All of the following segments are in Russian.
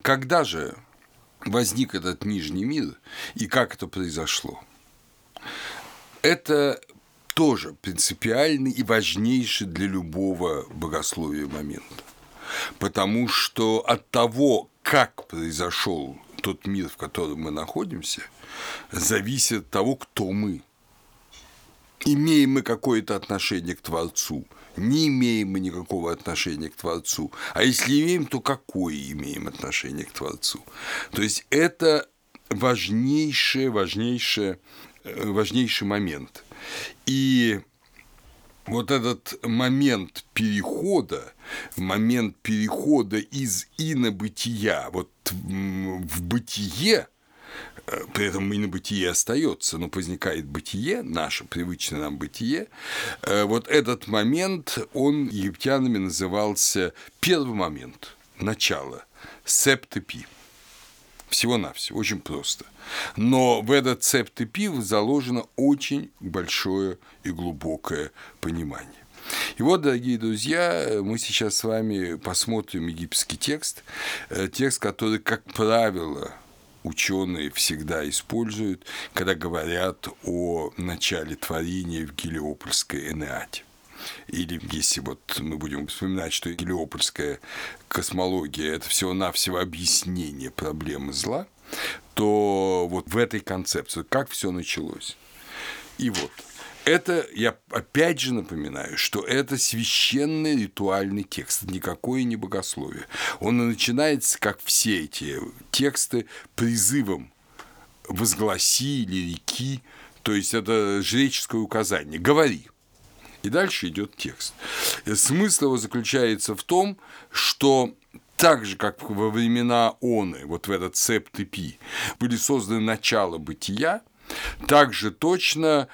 Когда же возник этот нижний мир и как это произошло? Это тоже принципиальный и важнейший для любого богословия момент. Потому что от того, как произошел тот мир, в котором мы находимся, зависит от того, кто мы. Имеем мы какое-то отношение к Творцу, не имеем мы никакого отношения к Творцу, а если имеем, то какое имеем отношение к Творцу. То есть это важнейший момент. И вот этот момент перехода из инобытия вот в бытие, при этом инобытие остается, но возникает бытие, наше привычное нам бытие, вот этот момент, он египтянами назывался первый момент, начало, септепи. Всего-навсего, очень просто. Но в этот септепи заложено очень большое и глубокое понимание. И вот, дорогие друзья, мы сейчас с вами посмотрим египетский текст, который, как правило, ученые всегда используют, когда говорят о начале творения в Гелиопольской Энеаде. Или если вот мы будем вспоминать, что гелиопольская космология – это всего-навсего объяснение проблемы зла, то вот в этой концепции, как все началось. И вот, это, я опять же напоминаю, что это священный ритуальный текст, никакое не богословие. Он начинается, как все эти тексты, призывом «возгласи» или «реки», то есть это жреческое указание «говори». И дальше идет текст. Смысл его заключается в том, что так же, как во времена Оны, вот в этот септепи, были созданы начала бытия, также точно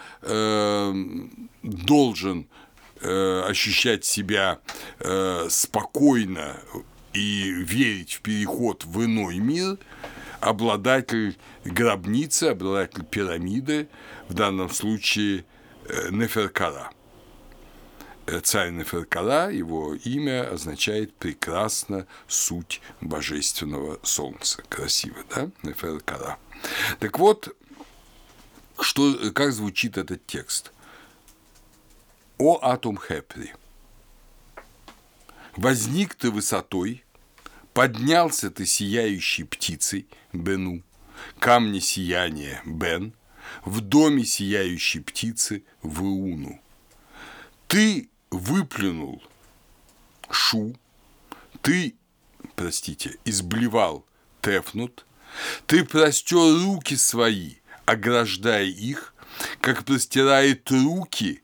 должен ощущать себя спокойно и верить в переход в иной мир обладатель гробницы, обладатель пирамиды, в данном случае Неферкара. Царь Неферкара, его имя означает «прекрасно суть божественного солнца». Красиво, да? Неферкара. Так вот, как звучит этот текст? «О атум хепри! Возник ты высотой, поднялся ты сияющей птицей, Бену, камне сияния, Бен, в доме сияющей птицы, Вууну. Ты выплюнул Шу, ты, изблевал Тефнут, ты простер руки свои, ограждая их, как простирает руки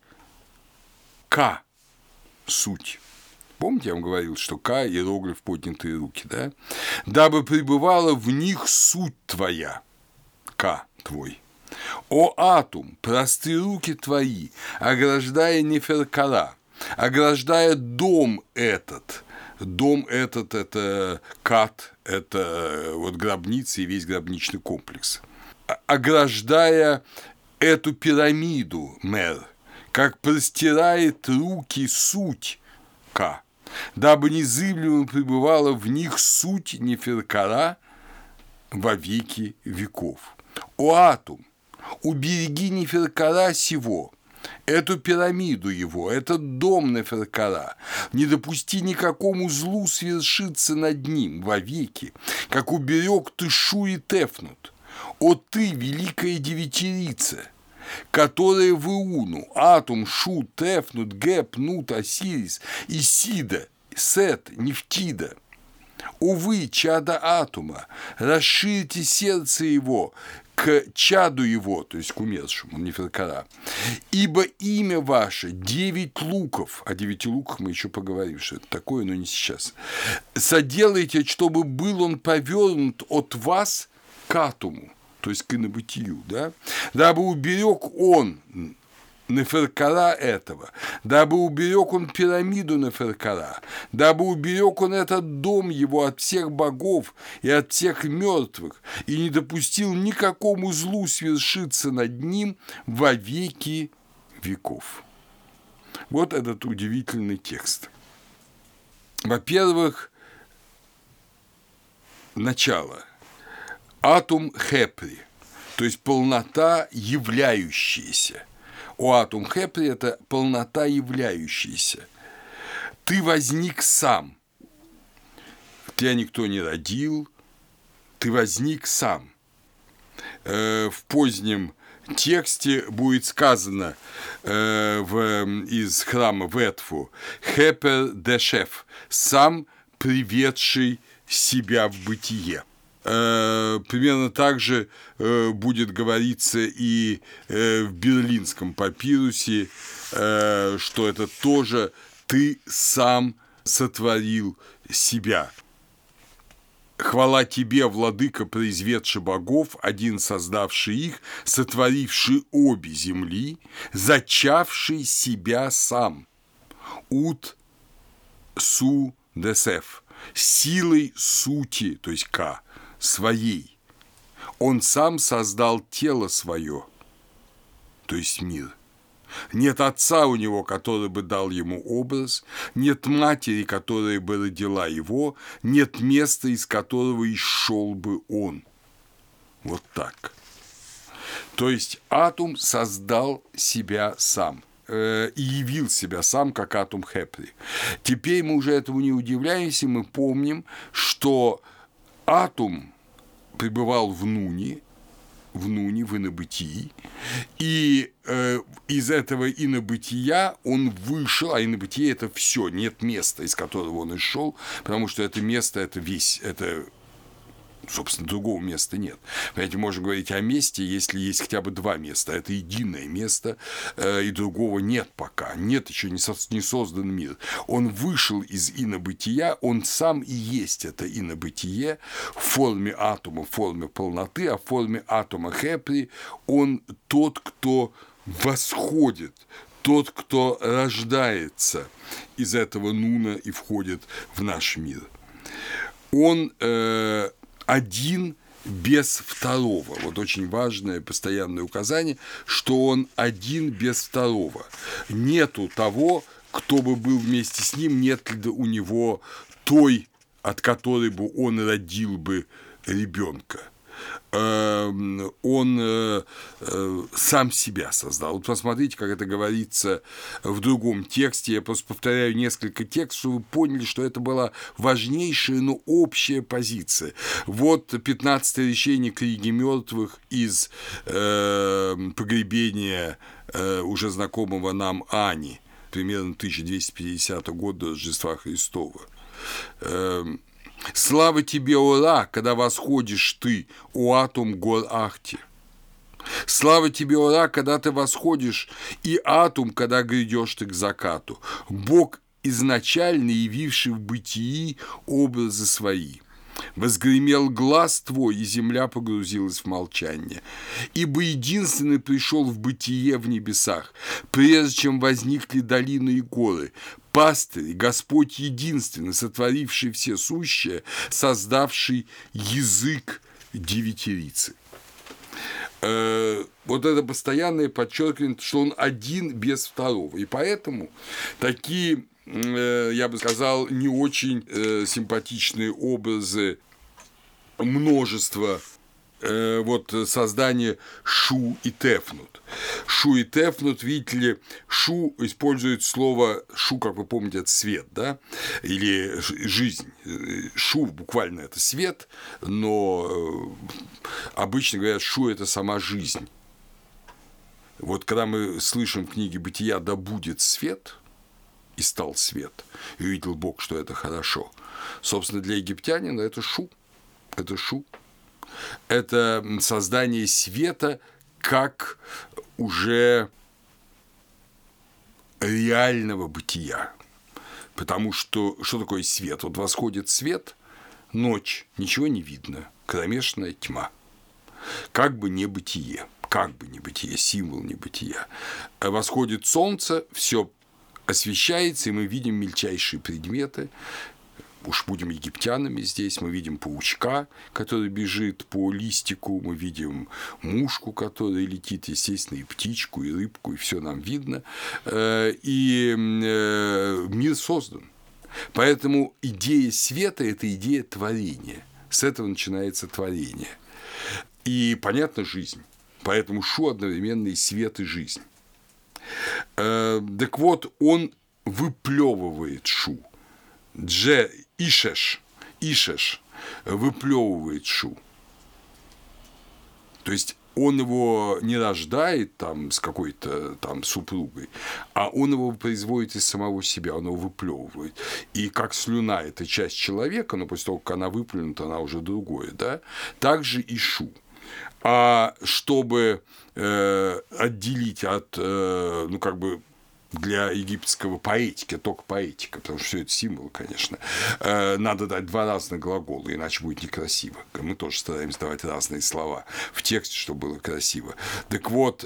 Ка, суть. Помните, я вам говорил, что Ка – иероглиф поднятые руки, да? Дабы пребывала в них суть твоя, Ка твой. О атум, прости руки твои, ограждая Неферкара, ограждая дом этот. Дом этот – это Кат, это вот гробница и весь гробничный комплекс. Ограждая эту пирамиду, Мер, как простирает руки суть Ка, дабы незыблемо пребывала в них суть Неферкара во веки веков. О атум, убереги Неферкара сего, эту пирамиду его, этот дом Неферкара, не допусти никакому злу свершиться над ним вовеки, как уберег ты Шу и Тефнут. О ты, великая девятирица, которая в Иуну, Атум, Шу, Тефнут, Геп, Нут, Осирис, Исида, Сет, Нефтида. Увы, чада Атума, расширьте сердце его к чаду его, то есть к умершему, Неферкара, ибо имя ваше 9 луков, о 9 луках мы еще поговорим, что это такое, но не сейчас, соделайте, чтобы был он повернут от вас к Атуму, то есть к инобытию, да, дабы уберег он Неферкара этого, дабы уберег он пирамиду Неферкара, дабы уберег он этот дом его от всех богов и от всех мертвых, и не допустил никакому злу свершиться над ним во веки веков. Вот этот удивительный текст. Во-первых, начало. Атум хепри, то есть полнота являющаяся. У атум хепри – это полнота являющаяся. Ты возник сам. Тебя никто не родил, ты возник сам. В позднем тексте будет сказано из храма в Эдфу «Хепер дешеф» – «сам приведший себя в бытие». Примерно так же будет говориться и в Берлинском папирусе, что это тоже «ты сам сотворил себя». Хвала тебе, владыка, произведший богов, один создавший их, сотворивший обе земли, зачавший себя сам. Ут су десеф, силой сути, то есть К, своей. Он сам создал тело свое, то есть мир. Нет отца у него, который бы дал ему образ, нет матери, которая бы родила его, нет места, из которого исшел бы он. Вот так. То есть атум создал себя сам и явил себя сам, как атум хепри. Теперь мы уже этому не удивляемся, мы помним, что атум пребывал в нуне, в инобытии, и из этого инобытия он вышел, а инобытие – это все, нет места, из которого он и шел, потому что это место – это весь, это, собственно, другого места нет. Понимаете, можно говорить о месте, если есть хотя бы два места, это единое место, и другого нет пока, нет, еще не создан мир. Он вышел из инобытия, он сам и есть это инобытие в форме атома, в форме полноты, а в форме атома хепри он тот, кто восходит, тот, кто рождается из этого нуна и входит в наш мир. Он один без второго. Вот очень важное постоянное указание, что он один без второго. Нету того, кто бы был вместе с ним, нет ли у него той, от которой бы он родил бы ребенка. Он сам себя создал. Вот посмотрите, как это говорится в другом тексте. Я просто повторяю несколько текстов, чтобы вы поняли, что это была важнейшая, но общая позиция. Вот 15-е речение книги мертвых из погребения уже знакомого нам Ани, примерно 1250 года до Рождества Христова. «Слава тебе, Ора, когда восходишь ты, у атум гор Ахти. Слава тебе, Ора, когда ты восходишь, и атум, когда грядешь ты к закату. Бог изначально явивший в бытии образы свои. Возгремел глас твой, и земля погрузилась в молчание. Ибо единственный пришел в бытие в небесах, прежде чем возникли долины и горы. Пастырь, Господь единственный, сотворивший все сущее, создавший язык девятирицы». Вот это постоянное подчеркивание, что он один без второго. И поэтому такие, я бы сказал, не очень симпатичные образы множества вот создания Шу и Тефнут. Шу и Тефнут, видите ли, Шу использует слово Шу, как вы помните, это свет, да, или жизнь. Шу буквально это свет, но обычно говорят, Шу – это сама жизнь. Вот когда мы слышим в книге Бытия «Да будет свет», и стал свет, и увидел Бог, что это хорошо. Собственно, для египтянина это Шу. Это Шу. Это создание света как уже реального бытия. Потому что что такое свет? Вот восходит свет, ночь, ничего не видно, кромешная тьма. Как бы небытие, символ небытия. Восходит солнце, все освещается, и мы видим мельчайшие предметы. Уж будем египтянами здесь, мы видим паучка, который бежит по листику, мы видим мушку, которая летит, естественно, и птичку, и рыбку, и все нам видно. И мир создан. Поэтому идея света – это идея творения. С этого начинается творение. И, понятно, жизнь. Поэтому Шу одновременно и свет, и жизнь. Так вот, он выплевывает Шу. Ишеш выплевывает Шу. То есть он его не рождает там с какой-то там супругой, а он его производит из самого себя, он его выплевывает. И как слюна – это часть человека, но после того, как она выплюнута, она уже другое, да? Так же и Шу. А чтобы отделить от, ну, как бы, для египетского поэтики, только поэтика, потому что все это символ, конечно, надо дать два разных глагола, иначе будет некрасиво. Мы тоже стараемся давать разные слова в тексте, чтобы было красиво. Так вот,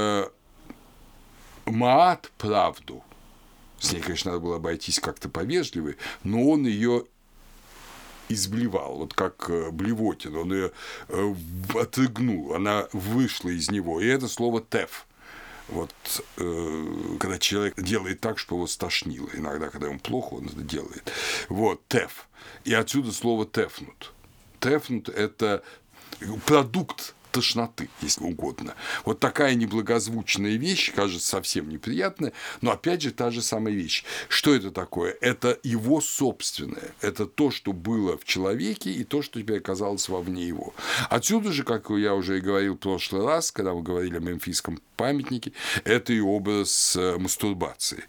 маат – правду. С ней, конечно, надо было обойтись как-то повежливо, но он ее изблевал, вот как блевотин, он ее отрыгнул, она вышла из него, и это слово «теф». Вот когда человек делает так, что его стошнило, иногда, когда ему плохо, он это делает. Вот, «теф». И отсюда слово «тефнут». «Тефнут» – это продукт тошноты, если угодно. Вот такая неблагозвучная вещь, кажется, совсем неприятная, но опять же та же самая вещь. Что это такое? Это его собственное. Это то, что было в человеке, и то, что теперь оказалось вовне его. Отсюда же, как я уже и говорил в прошлый раз, когда мы говорили о мемфисском памятнике, это и образ мастурбации.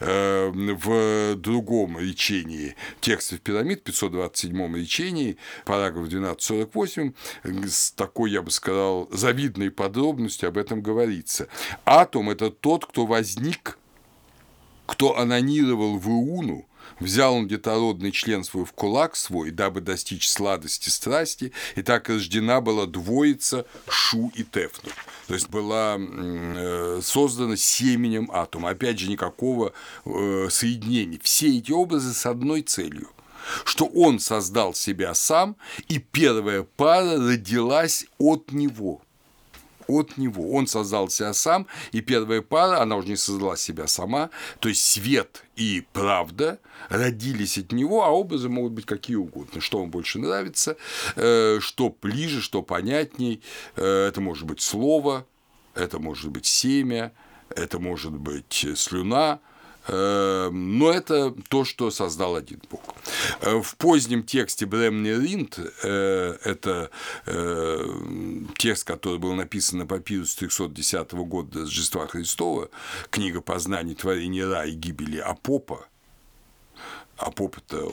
В другом речении текстов пирамид, 527-м речении, параграф 1248, с такой, я бы сказал, завидной подробностью об этом говорится. Атом – это тот, кто возник, кто анонировал в Иуну, взял он детородный член свой в кулак свой, дабы достичь сладости страсти, и так рождена была двоица Шу и Тефнут. То есть была создана семенем атома. Опять же, никакого соединения. Все эти образы с одной целью, что он создал себя сам, и первая пара родилась от него. От него. Он создал себя сам, и первая пара, она уже не создала себя сама, то есть свет и правда родились от него, а образы могут быть какие угодно. Что вам больше нравится, что ближе, что понятней. Это может быть слово, это может быть семя, это может быть слюна, но это то, что создал один Бог. В позднем тексте Бремни Ринд, это текст, который был написан на папирус 310 года до Рождества Христова, книга «Познание творения рая и гибели Апопа». Апоп – это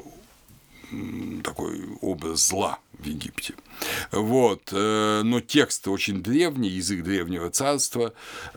такой образ зла в Египте. Вот. Но текст очень древний, язык древнего царства.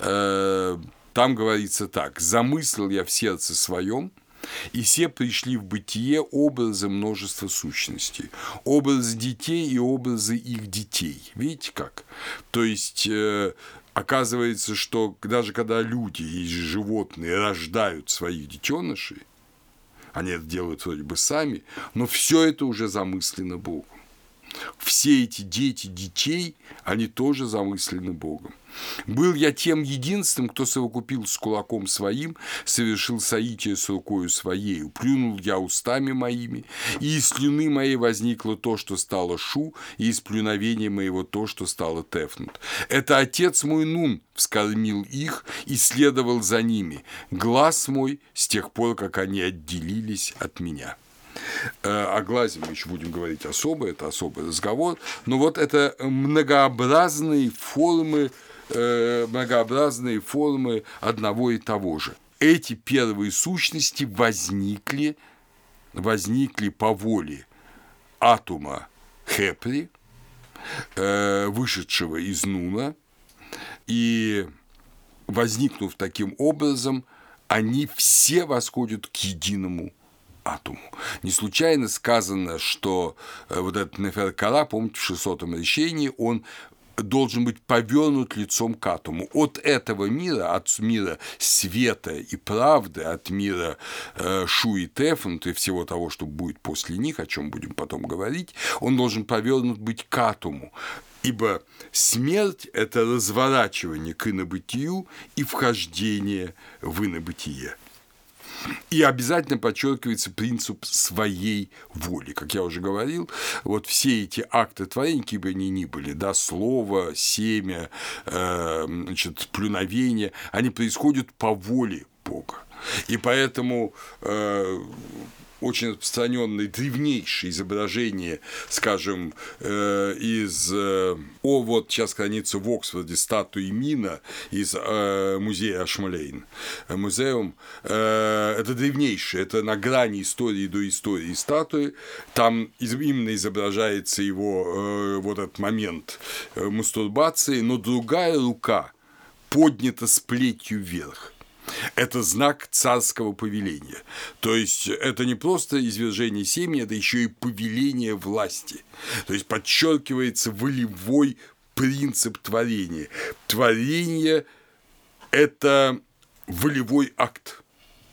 Там говорится так: «Замыслил я в сердце своем, и все пришли в бытие образы множества сущностей, образы детей и образы их детей». Видите как? То есть оказывается, что даже когда люди и животные рождают своих детенышей, они это делают вроде бы сами, но все это уже замыслено Богом. Все эти дети детей, они тоже замыслены Богом. «Был я тем единственным, кто совокупил с кулаком своим, совершил соитие с рукою своей, плюнул я устами моими, и из слюны моей возникло то, что стало Шу, и из плюновения моего то, что стало Тефнут. Это отец мой Нун вскормил их и следовал за ними, глаз мой с тех пор, как они отделились от меня». О глазе мы еще будем говорить особо, это особый разговор, но вот это многообразные формы одного и того же. Эти первые сущности возникли по воле атома Хепри, вышедшего из Нуна, и, возникнув таким образом, они все восходят к единому атому. Не случайно сказано, что вот этот Нефер-Кара, помните, в 600-м речении, он должен быть повернут лицом к атому. От этого мира, от мира света и правды, от мира Шу и Тефнут и всего того, что будет после них, о чем будем потом говорить, он должен повернут быть к атому. Ибо смерть – это разворачивание к инобытию и вхождение в инобытие. И обязательно подчеркивается принцип своей воли. Как я уже говорил, вот все эти акты творения, какие бы они ни были, да, слово, семя, значит, плюновение, они происходят по воле Бога. И поэтому очень распространенные древнейшие изображения, скажем, вот сейчас хранится в Оксфорде статуи Мина из музея Ашмолейн. Музеум это древнейшее, это на грани истории до истории статуи. Там именно изображается его вот этот момент мастурбации, но другая рука поднята с плетью вверх. Это знак царского повеления. То есть это не просто извержение семени, это еще и повеление власти. То есть подчеркивается волевой принцип творения. Творение – это волевой акт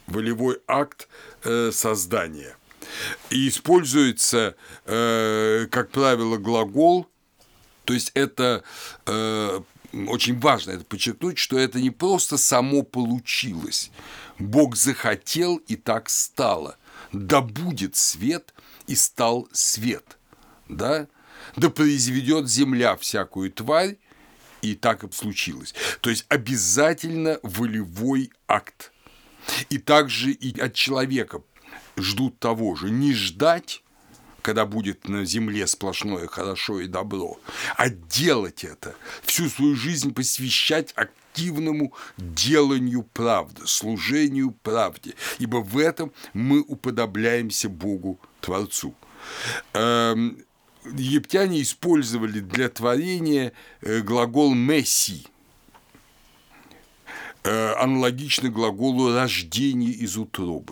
создания. И используется, как правило, глагол, то есть это очень важно это подчеркнуть, что это не просто само получилось. Бог захотел, и так стало. Да будет свет, и стал свет. Да? Да произведет земля всякую тварь, и так и случилось. То есть обязательно волевой акт. И также и от человека ждут того же. Не ждать, когда будет на земле сплошное хорошо и добро, а делать это, всю свою жизнь посвящать активному деланию правды, служению правде, ибо в этом мы уподобляемся Богу Творцу. Египтяне использовали для творения глагол «месси», аналогично глаголу «рождение из утробы».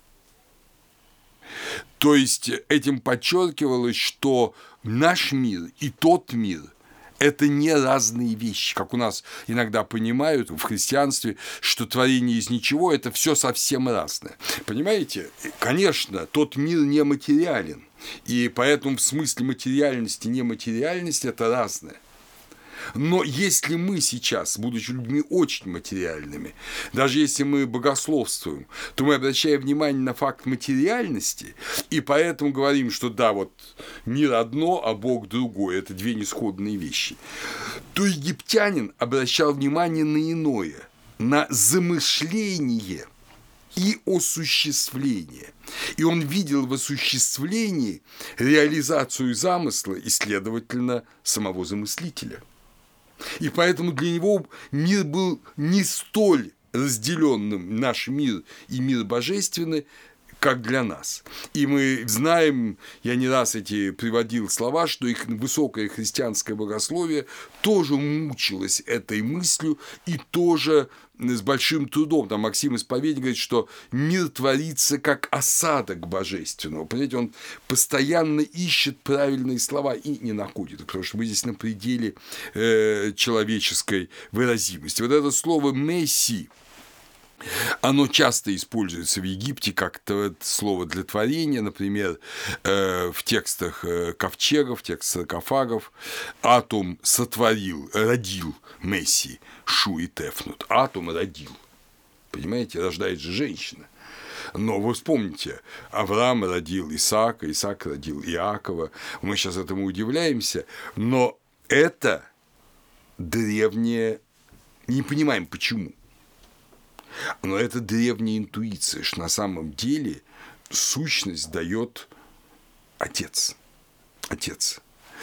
То есть этим подчеркивалось, что наш мир и тот мир – это не разные вещи, как у нас иногда понимают в христианстве, что творение из ничего – это все совсем разное. Понимаете? Конечно, тот мир нематериален, и поэтому в смысле материальности и нематериальности это разное. Но если мы сейчас, будучи людьми очень материальными, даже если мы богословствуем, то мы обращаем внимание на факт материальности, и поэтому говорим, что да, вот мир одно, а Бог другой, это две несходные вещи, то египтянин обращал внимание на иное, на замышление и осуществление. И он видел в осуществлении реализацию замысла и, следовательно, самого замыслителя. И поэтому для него мир был не столь разделенным, наш мир и мир божественный, как для нас. И мы знаем, я не раз приводил слова, что их высокое христианское богословие тоже мучилось этой мыслью и тоже с большим трудом. Там Максим Исповедник говорит, что мир творится как осадок божественного. Понимаете, он постоянно ищет правильные слова и не находит, потому что мы здесь на пределе человеческой выразимости. Вот это слово «месси», оно часто используется в Египте как слово для творения, например, в текстах ковчегов, в текстах саркофагов. Атум сотворил, родил Месси, Шу и Тефнут. Атум родил. Понимаете, рождает же женщина. Но вы вспомните, Авраам родил Исаака, Исаак родил Иакова. Мы сейчас этому удивляемся, но это древнее, не понимаем почему. Но это древняя интуиция, что на самом деле сущность дает Отец. Отец.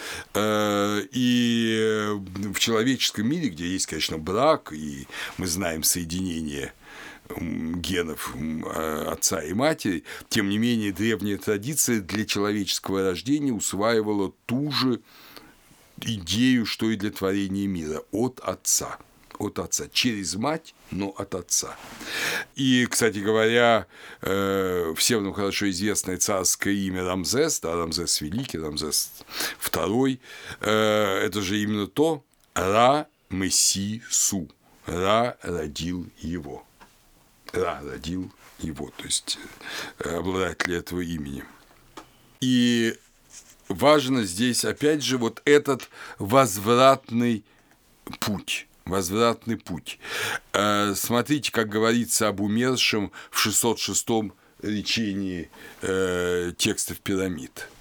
И в человеческом мире, где есть, конечно, брак, и мы знаем соединение генов отца и матери, тем не менее древняя традиция для человеческого рождения усваивала ту же идею, что и для творения мира – от Отца. От Отца, через мать, но от Отца. И, кстати говоря, всем нам хорошо известное царское имя Рамзес, да, Рамзес Великий, Рамзес II, это же именно то Ра Месси Су, Ра родил его. Ра родил его, то есть обладатель этого имени. И важно здесь, опять же, вот этот возвратный путь. возвратный путь. Смотрите, как говорится об умершем в 606-м речении текстов пирамид.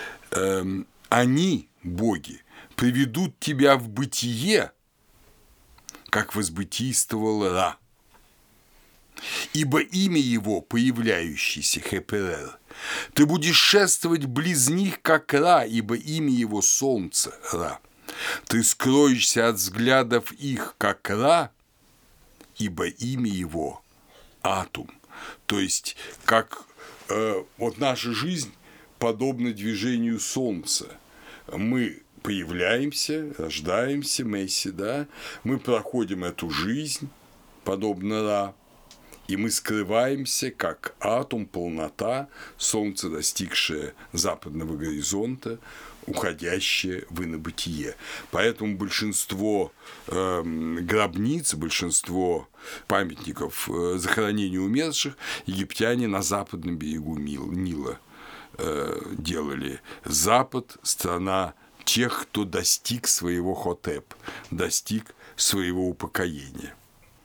Они, боги, приведут тебя в бытие, как возбытийствовал Ра. Ибо имя его, появляющееся, Хеперер, ты будешь шествовать близ них, как Ра, ибо имя его солнце, Ра. Ты скроешься от взглядов их, как Ра, ибо имя его Атум. То есть, как вот наша жизнь подобна движению солнца. Мы появляемся, рождаемся, Месси, да, мы проходим эту жизнь, подобно Ра, и мы скрываемся, как атом, полнота, солнце, достигшее западного горизонта, уходящее в инобытие. Поэтому большинство гробниц, большинство памятников захоронения умерших египтяне на западном берегу Нила делали. Запад – страна тех, кто достиг своего хотеп, достиг своего упокоения.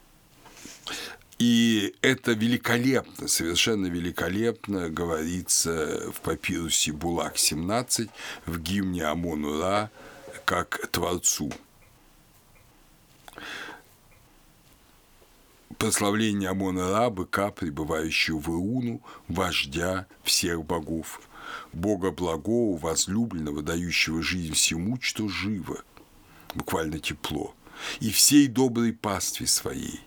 И это великолепно, совершенно великолепно говорится в папирусе Булак-17 в гимне Амон-Ра как Творцу. Прославление Амон-Ра, быка, пребывающего в Иуну, вождя всех богов, Бога благого, возлюбленного, дающего жизнь всему, что живо, буквально тепло, и всей доброй пастве своей.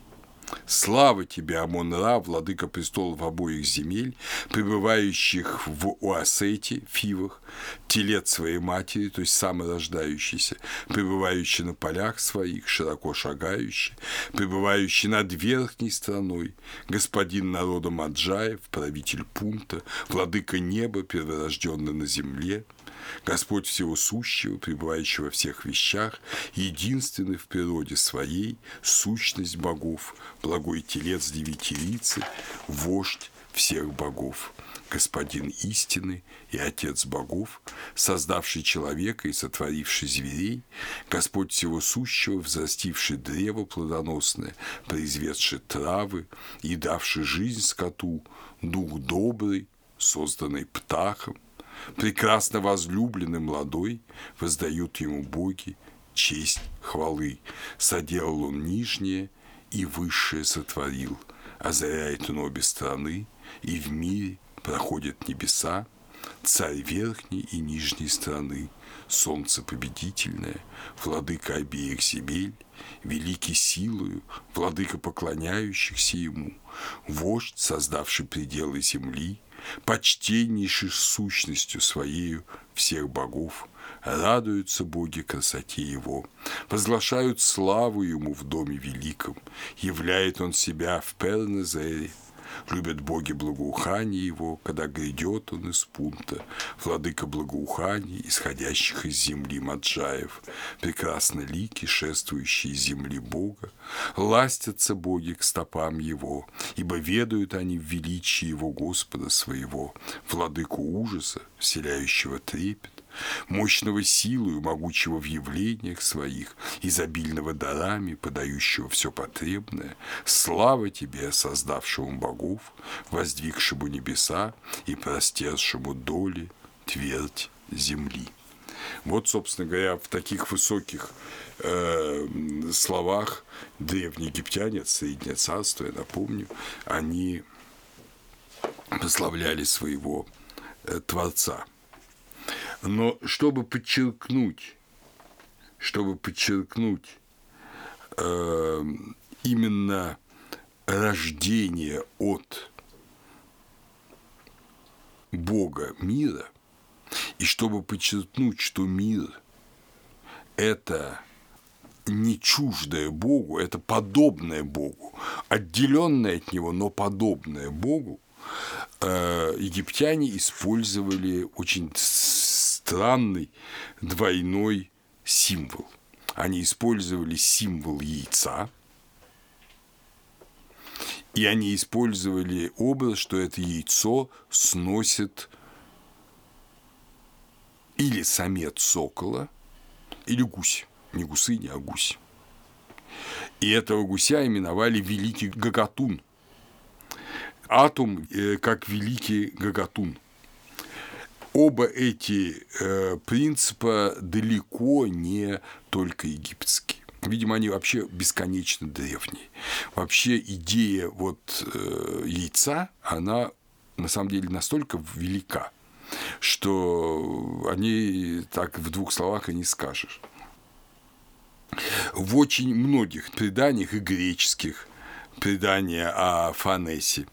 Слава тебе, Амон-Ра, владыка престолов обоих земель, пребывающих в Уасете, Фивах, телец своей матери, то есть саморождающийся, пребывающий на полях своих, широко шагающий, пребывающий над верхней страной, господин народа Маджаев, правитель Пунта, владыка неба, перворожденный на земле, Господь всего сущего, пребывающий во всех вещах, единственный в природе своей, сущность богов, благой телец девятилицый, вождь всех богов, господин истины и отец богов, создавший человека и сотворивший зверей, Господь всего сущего, взрастивший древо плодоносное, произведший травы и давший жизнь скоту, дух добрый, созданный птахом, прекрасно возлюбленный молодой, воздают ему боги честь хвалы. Соделал он нижнее и высшее сотворил, озаряет он обе стороны, и в мире проходят небеса, царь верхней и нижней страны, солнце победительное, владыка обеих земель, великий силою, владыка поклоняющихся ему, вождь, создавший пределы земли, почтеннейший сущностью своею всех богов, радуются боги красоте его, возглашают славу ему в доме великом, являет он себя в Пернезере, любят боги благоухания его, когда грядет он из Пунта, владыка благоуханий, исходящих из земли Маджаев, прекрасно лики, шествующие из земли Бога, ластятся боги к стопам его, ибо ведают они в величии его Господа своего, владыку ужаса, вселяющего трепет, мощного силою, могучего в явлениях своих, изобильного дарами, подающего все потребное, слава тебе, создавшему богов, воздвигшему небеса и простершему доли твердь земли. Вот, собственно говоря, в таких высоких словах древние египтяне, это Среднее царство, я напомню, они прославляли своего Творца. Но чтобы подчеркнуть именно рождение от Бога мира, и чтобы подчеркнуть, что мир – это не чуждое Богу, это подобное Богу, отделенное от Него, но подобное Богу, египтяне использовали очень странный двойной символ. Они использовали символ яйца, и они использовали образ, что это яйцо сносит или самец сокола, или гусь. Не гусыня, а гусь. И этого гуся именовали Великий Гагатун. Атум как Великий Гагатун. Оба эти принципа далеко не только египетские. Видимо, они вообще бесконечно древние. Вообще идея яйца, она на самом деле настолько велика, что о ней так в двух словах и не скажешь. В очень многих преданиях, и греческих, предания о Фанесе,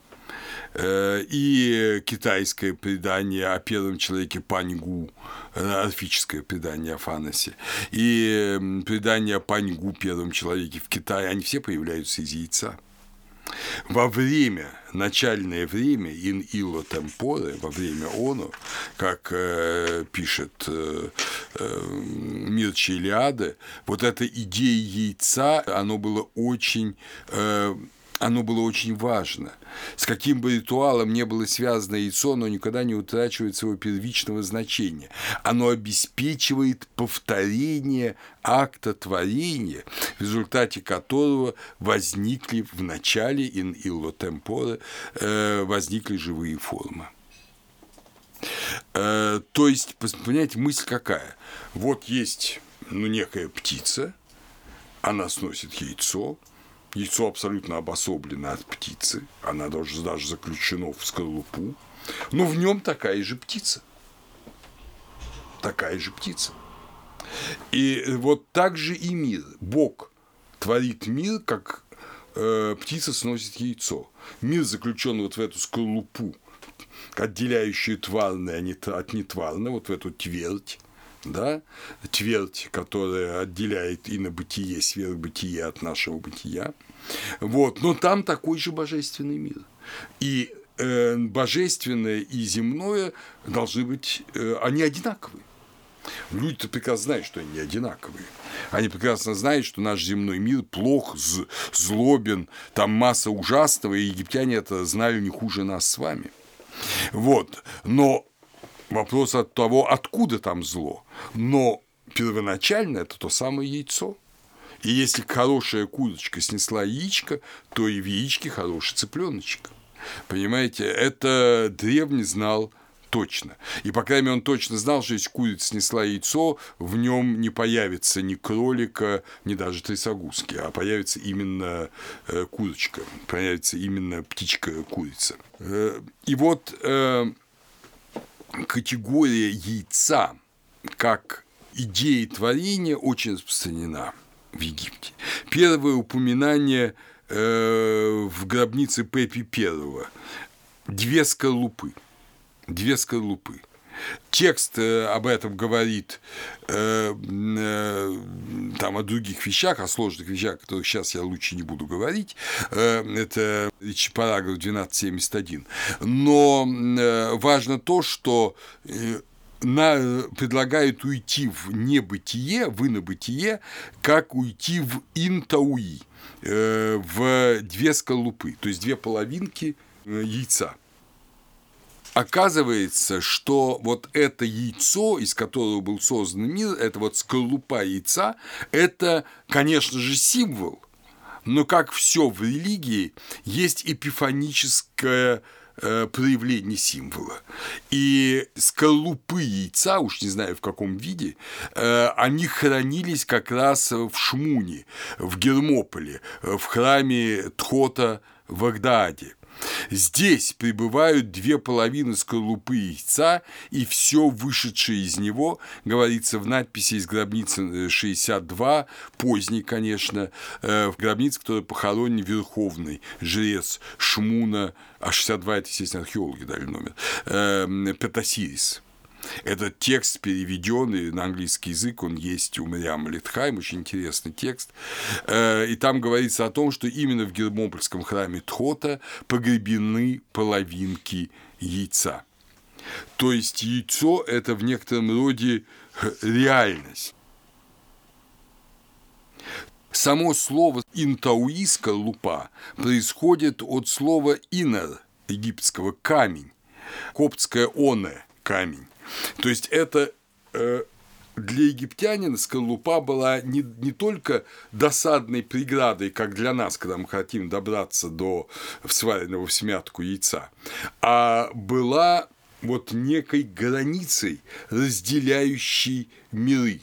и китайское предание о первом человеке Паньгу, орфическое предание о Фаносе, и предание о Паньгу, первом человеке в Китае, они все появляются из яйца. Во время, начальное время, in illo tempore, во время оно, как пишет Мирча Илиады, вот эта идея яйца, оно было очень важно. С каким бы ритуалом не было связано яйцо, оно никогда не утрачивает своего первичного значения. Оно обеспечивает повторение акта творения, в результате которого возникли в начале in illo tempore возникли живые формы. То есть, понимаете, мысль какая? Вот есть некая птица, она сносит яйцо. Яйцо абсолютно обособлено от птицы, она даже заключена в скорлупу, но в нем такая же птица. Такая же птица. И вот так же и мир. Бог творит мир, как птица сносит яйцо. Мир заключен вот в эту скорлупу, отделяющую тварное от нетварного, вот в эту твердь. Да, твердь, которая отделяет инобытие, сверхбытие от нашего бытия. Но там такой же божественный мир. И божественное и земное должны быть, они одинаковые. Люди-то прекрасно знают, что они не одинаковые. Они прекрасно знают, что наш земной мир плох, злобен, там масса ужасного, и египтяне это знали не хуже нас с вами. Но вопрос от того, откуда там зло. Но первоначально это то самое яйцо. И если хорошая курочка снесла яичко, то и в яичке хороший цыпленочек. Понимаете, это древний знал точно. И, по крайней мере, он точно знал, что если курица снесла яйцо, в нем не появится ни кролика, ни даже трясогузки, а появится именно курочка, появится именно птичка-курица. И категория яйца как идея творения очень распространена в Египте. Первое упоминание в гробнице Пепи I. Две скорлупы. Текст об этом говорит там о других вещах, о сложных вещах, о которых сейчас я лучше не буду говорить. Это параграф 1271. Но важно то, что предлагают уйти в небытие, в инобытие, как уйти в интауи, в две скорлупы, то есть две половинки яйца. Оказывается, что вот это яйцо, из которого был создан мир, это вот скорлупа яйца, это, конечно же, символ, но, как все в религии, есть эпифаническое проявление символа. И скорлупы яйца, уж не знаю в каком виде, они хранились как раз в Шмуне, в Гермополе, в храме Тхота в Агдааде. Здесь пребывают две половины скорлупы яйца, и все вышедшее из него, говорится в надписи из гробницы 62, поздней, конечно, в гробнице, которая похоронен верховный жрец Шмуна, а 62 – это, естественно, археологи дали номер, Петасирис. Этот текст переведенный на английский язык, он есть у Мириам Литхайм, очень интересный текст. И там говорится о том, что именно в Гермопольском храме Тхота погребены половинки яйца. То есть яйцо – это в некотором роде реальность. Само слово «интауи» – скорлупа происходит от слова «инер» египетского «камень», коптское «оне» – камень. То есть это для египтянина скорлупа была не только досадной преградой, как для нас, когда мы хотим добраться до сваренного в смятку яйца, а была вот некой границей, разделяющей миры.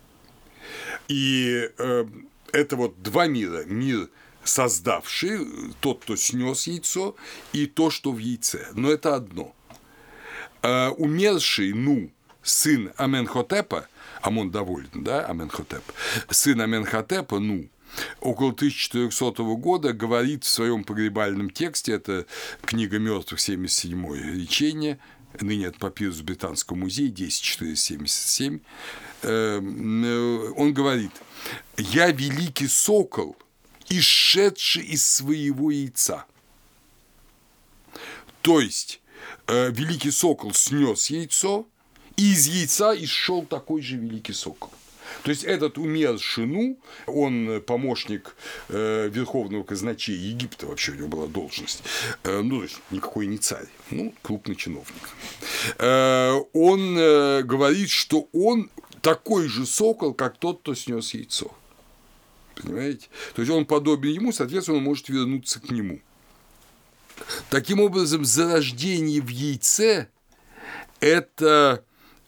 И это вот два мира. Мир, создавший, тот, кто снес яйцо, и то, что в яйце. Но это одно. Умерший сын Аменхотепа, Амон доволен, да, Аменхотеп, сын Аменхотепа, около 1400 года говорит в своем погребальном тексте, это книга мертвых, 77-е речение, ныне это папирус Британского музея, 10477, он говорит: «Я великий сокол, исшедший из своего яйца». То есть великий сокол снес яйцо, и из яйца исшел такой же великий сокол. То есть этот умерший он помощник верховного казначея Египта, вообще у него была должность, то есть никакой не царь, крупный чиновник. Он говорит, что он такой же сокол, как тот, кто снес яйцо. Понимаете? То есть он подобен ему, соответственно, он может вернуться к нему. Таким образом, зарождение в яйце – это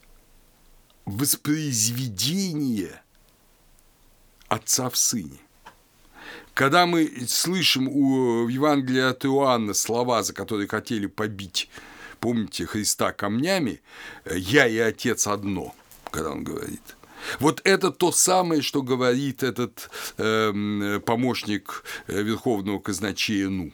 воспроизведение Отца в Сыне. Когда мы слышим в Евангелии от Иоанна слова, за которые хотели побить, помните, Христа камнями, «Я и Отец одно», когда он говорит. Вот это то самое, что говорит этот помощник верховного казначея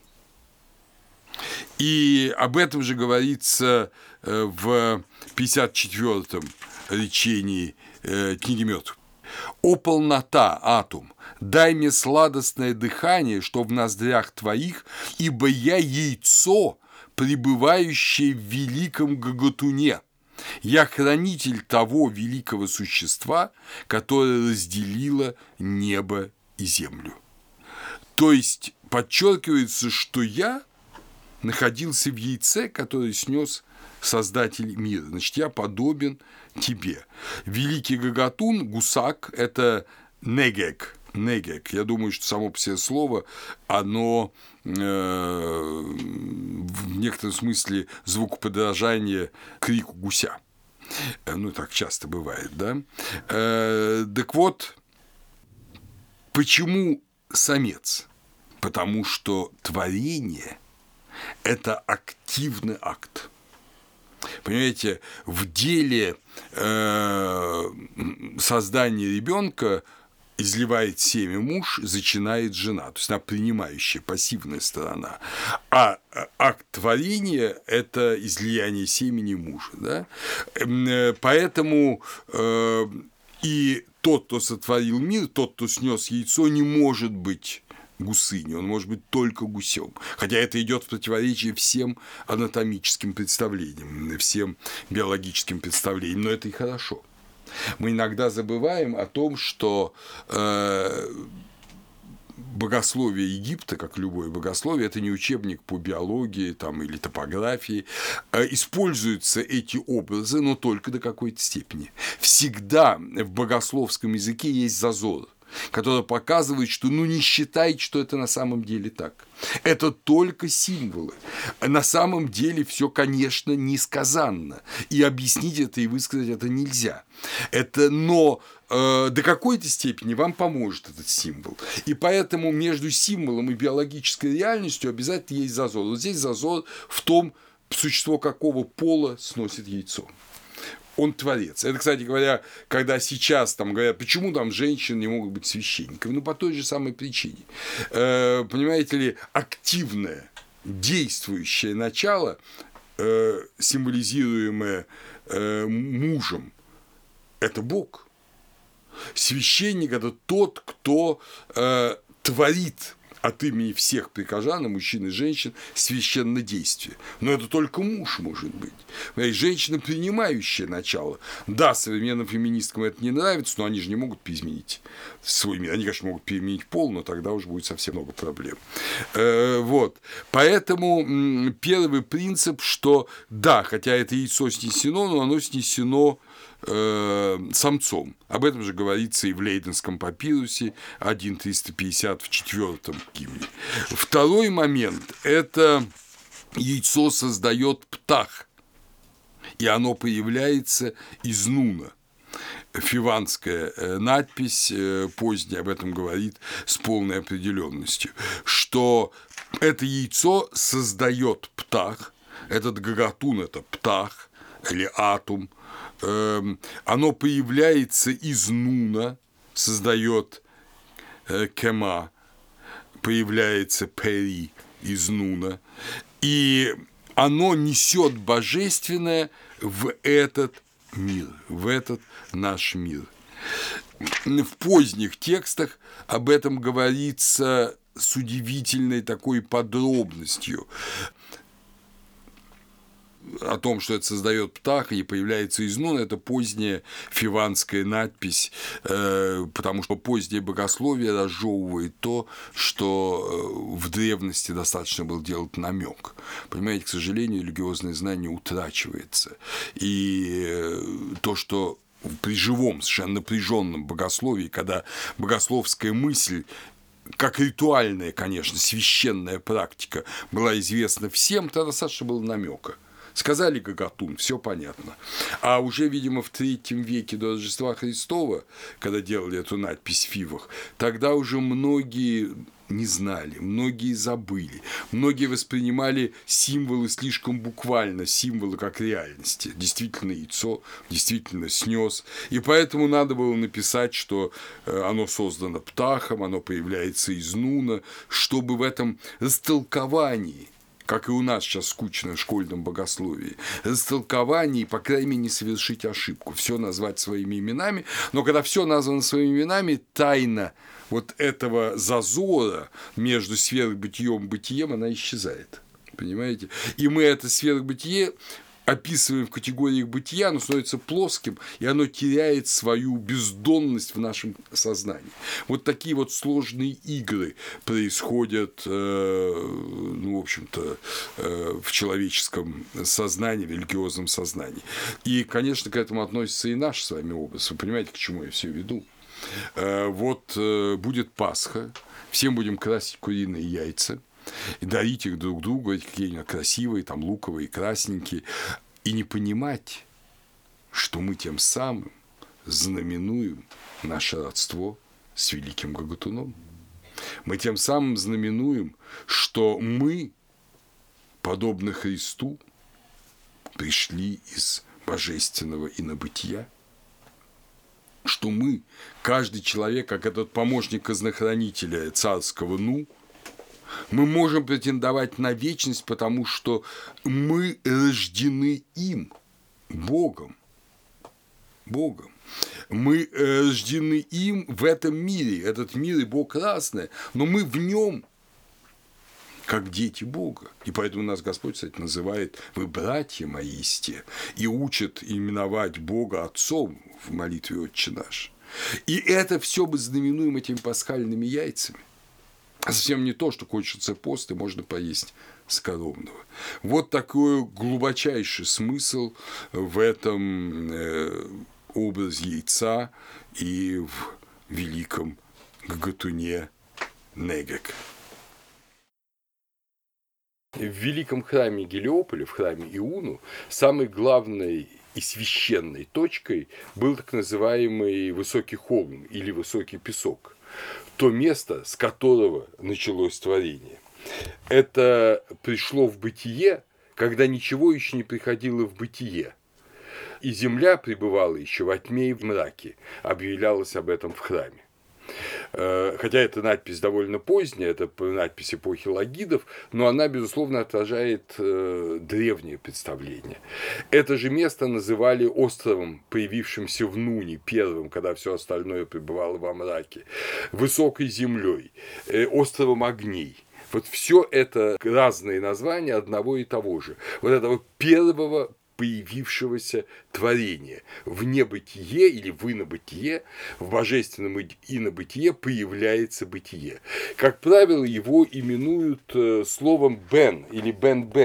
И об этом же говорится в 54-м речении книги мертвых. «О полнота, Атум, дай мне сладостное дыхание, что в ноздрях твоих, ибо я яйцо, пребывающее в великом гагатуне. Я хранитель того великого существа, которое разделило небо и землю». То есть подчеркивается, что я находился в яйце, которое снес Создатель мира. Значит, я подобен тебе. Великий гагатун, гусак, это негек. Негек. Я думаю, что само по себе слово, оно в некотором смысле звукоподражание крику гуся. Так часто бывает, да? Так вот, почему самец? Потому что творение – это активный акт. Понимаете, в деле создания ребенка изливает семя муж, зачинает жена, то есть она принимающая, пассивная сторона, а акт творения – это излияние семени мужа, да? Поэтому и тот, кто сотворил мир, тот, кто снес яйцо, не может быть гусыней, он может быть только гусем. Хотя это идет в противоречие всем анатомическим представлениям, всем биологическим представлениям, но это и хорошо. Мы иногда забываем о том, что богословие Египта, как любое богословие, это не учебник по биологии или топографии. Используются эти образы, но только до какой-то степени. Всегда в богословском языке есть зазор, который показывает, что не считает, что это на самом деле так. Это только символы. На самом деле все, конечно, несказанно. И объяснить это и высказать это нельзя. Но до какой-то степени вам поможет этот символ. И поэтому между символом и биологической реальностью обязательно есть зазор. Вот здесь зазор в том, существо какого пола сносит яйцо. Он творец. Это, кстати говоря, когда сейчас говорят, почему женщины не могут быть священниками, по той же самой причине. Понимаете ли, активное, действующее начало, символизируемое мужем, это Бог. Священник – это тот, кто творит от имени всех прихожан, мужчин и женщин, священнодействие. Но это только муж может быть. Женщина, принимающая начало. Да, современным феминисткам это не нравится, но они же не могут изменить свой мир. Они, конечно, могут переменить пол, но тогда уже будет совсем много проблем. Вот. Поэтому первый принцип, что да, хотя это яйцо снесено, но оно снесено самцом. Об этом же говорится и в Лейденском папирусе 1.350 в 4 гимне. Второй момент – это яйцо создает птах, и оно появляется из нуна. Фиванская надпись поздняя об этом говорит с полной определенностью, что это яйцо создает птах, этот гагатун – это птах или атум, оно появляется из нуна, создает кема, появляется пери из нуна, и оно несет божественное в этот мир, в этот наш мир. В поздних текстах об этом говорится с удивительной такой подробностью, о том, что это создает птах и появляется из нуна, это поздняя фиванская надпись, потому что позднее богословие разжевывает то, что в древности достаточно было делать намек. Понимаете, к сожалению, религиозное знание утрачивается. И то, что при живом, совершенно напряженном богословии, когда богословская мысль, как ритуальная, конечно, священная практика, была известна всем, то достаточно было намека. Сказали гагатун, все понятно. А уже, видимо, в III веке до Рождества Христова, когда делали эту надпись в Фивах, тогда уже многие не знали, многие забыли, многие воспринимали символы слишком буквально, символы как реальности. Действительно яйцо, действительно снес. И поэтому надо было написать, что оно создано птахом, оно появляется из нуна, чтобы в этом растолковании, как и у нас сейчас скучно в школьном богословии, растолковании, по крайней мере, не совершить ошибку, все назвать своими именами, но когда все названо своими именами, тайна вот этого зазора между сверхбытием и бытием, она исчезает, понимаете? И мы это сверхбытие описываем в категориях бытия, оно становится плоским, и оно теряет свою бездонность в нашем сознании. Вот такие вот сложные игры происходят, ну, в общем-то, в человеческом сознании, в религиозном сознании. И, конечно, к этому относится и наш с вами образ. Вы понимаете, к чему я все веду? Вот будет Пасха, всем будем красить куриные яйца, и дарить их друг другу, говорить, какие они красивые, там, луковые, красненькие, и не понимать, что мы тем самым знаменуем наше родство с великим Гагатуном. Мы тем самым знаменуем, что мы, подобно Христу, пришли из божественного инобытия, что мы, каждый человек, как этот помощник казнохранителя царского мы можем претендовать на вечность, потому что мы рождены им, Богом. Богом. Мы рождены им в этом мире. Этот мир и Бог разные, но мы в нем, как дети Бога. И поэтому нас Господь, кстати, называет «Вы, братья мои исте», и учит именовать Бога Отцом в молитве «Отче наш». И это все мы знаменуем этими пасхальными яйцами. А совсем не то, что кончится пост, и можно поесть скоромного. Вот такой глубочайший смысл в этом образе яйца и в великом Гагатуне Негек. В великом храме Гелиополя, в храме Иуну, самой главной и священной точкой был так называемый высокий холм или высокий песок. То место, с которого началось творение. Это пришло в бытие, когда ничего еще не приходило в бытие. И земля пребывала еще во тьме и в мраке, объявлялось об этом в храме. Хотя эта надпись довольно поздняя, это надпись эпохи Лагидов, но она, безусловно, отражает древнее представление. Это же место называли островом, появившимся в Нуне, первым, когда все остальное пребывало во мраке, высокой землей, островом огней. Вот все это разные названия одного и того же. Вот этого первого появившегося творения. В небытие или в инобытие, в божественном инобытие появляется бытие. Как правило, его именуют словом «бен» или «бен-бен».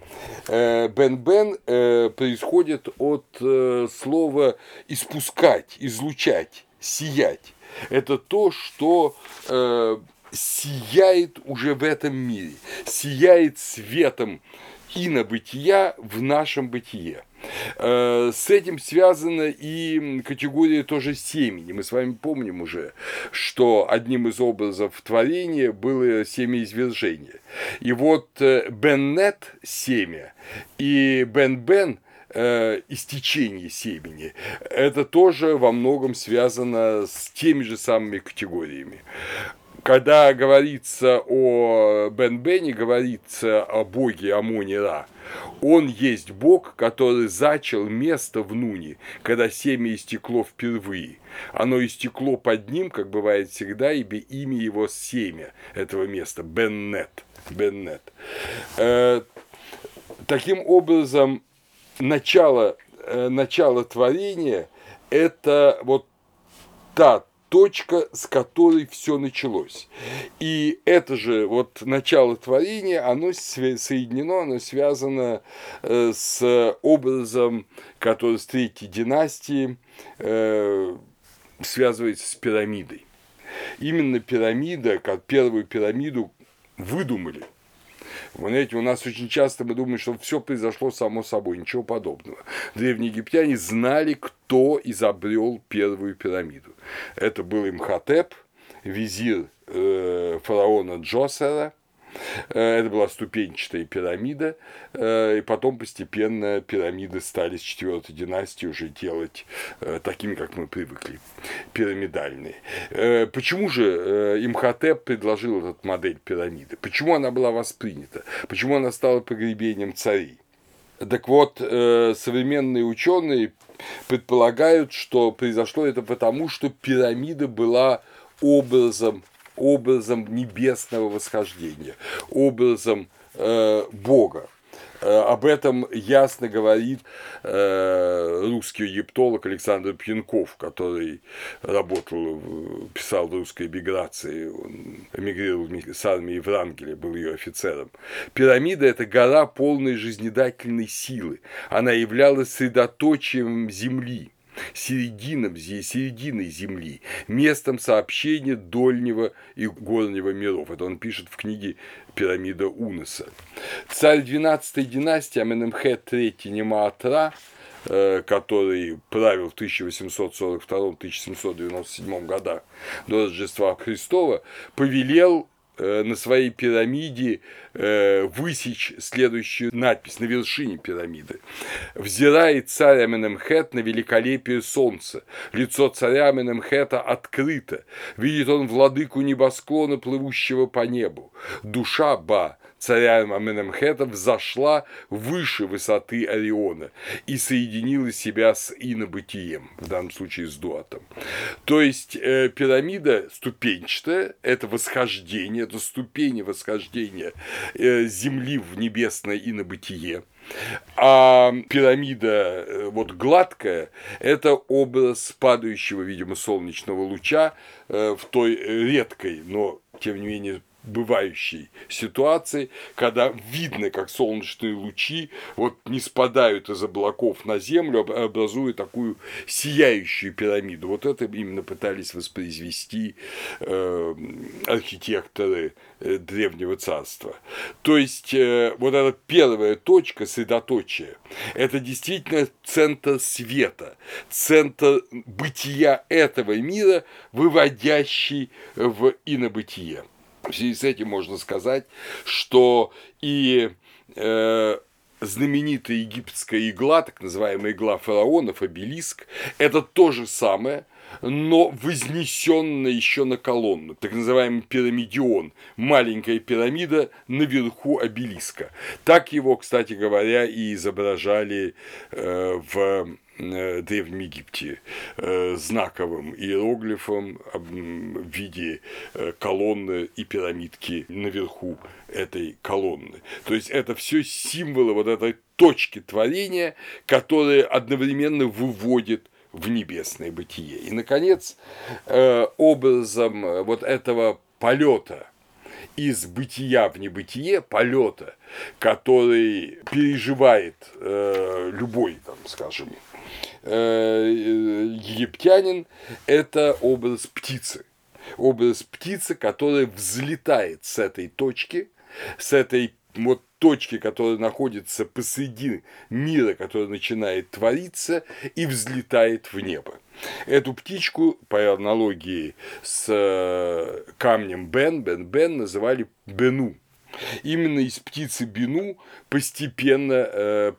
Бен-бен происходит от слова испускать, излучать, сиять. Это то, что сияет уже в этом мире, сияет светом инобытия в нашем бытие. С этим связана и категория тоже семени. Мы с вами помним уже, что одним из образов творения было семяизвержение. И вот Беннет – семя, и Бен-бен – истечение семени. Это тоже во многом связано с теми же самыми категориями. Когда говорится о Бен-бене, говорится о боге Амоне-Ра. Он есть бог, который зачал место в Нуне, когда семя истекло впервые. Оно истекло под ним, как бывает всегда, ибо имя его семя этого места – Беннет. Таким образом, начало творения – это вот та точка, с которой все началось. И это же вот начало творения, оно соединено, оно связано с образом, который с третьей династии связывается с пирамидой. Именно пирамида, как первую пирамиду выдумали. Вы знаете, у нас очень часто мы думаем, что все произошло само собой, ничего подобного. Древние египтяне знали, кто изобрел первую пирамиду. Это был Имхотеп, визирь фараона Джосера. Это была ступенчатая пирамида, и потом постепенно пирамиды стали с 4-й династии уже делать такими, как мы привыкли, пирамидальные. Почему же Имхотеп предложил эту модель пирамиды? Почему она была воспринята? Почему она стала погребением царей? Так вот, современные ученые предполагают, что произошло это потому, что пирамида была образом небесного восхождения, образом Бога. Об этом ясно говорит русский египтолог Александр Пьянков, который писал в русской эмиграции, он эмигрировал с армией Врангеля, был ее офицером. Пирамида – это гора полной жизнедательной силы, она являлась средоточием земли, серединой земли, местом сообщения дольнего и горнего миров. Это он пишет в книге «Пирамида Уноса». Царь 12-й династии Аменемхет III Немаат-Ра, который правил в 1842-1797 годах до Рождества Христова, повелел на своей пирамиде высечь следующую надпись на вершине пирамиды. «Взирает царь Аменемхет на великолепие солнца. Лицо царя Аменемхета открыто. Видит он владыку небосклона, плывущего по небу. Душа Ба, царя Аменемхета, взошла выше высоты Ориона и соединила себя с инобытием», в данном случае с Дуатом. То есть пирамида ступенчатая, это восхождение, это ступени восхождения земли в небесное инобытие. А пирамида вот гладкая – это образ падающего, видимо, солнечного луча в той редкой, но тем не менее бывающей ситуации, когда видно, как солнечные лучи вот не спадают из облаков на землю, образуя такую сияющую пирамиду. Вот это именно пытались воспроизвести архитекторы Древнего Царства. То есть вот эта первая точка средоточия – это действительно центр света, центр бытия этого мира, выводящий в инобытие. В связи с этим можно сказать, что и знаменитая египетская игла, так называемая игла фараонов, обелиск, это то же самое, но вознесенная еще на колонну, так называемый пирамидион, маленькая пирамида наверху обелиска. Так его, кстати говоря, и изображали в Древнем Египте знаковым иероглифом в виде колонны и пирамидки наверху этой колонны. То есть это все символы вот этой точки творения, которые одновременно выводят в небесное бытие. И, наконец, образом вот этого полета из бытия в небытие, полета, который переживает любой, там, скажем, египтянин, это образ птицы. Образ птицы, которая взлетает с этой точки, с этой вот точки, которая находится посреди мира, который начинает твориться, и взлетает в небо. Эту птичку, по аналогии с камнем Бен называли Бену. Именно из птицы Бену постепенно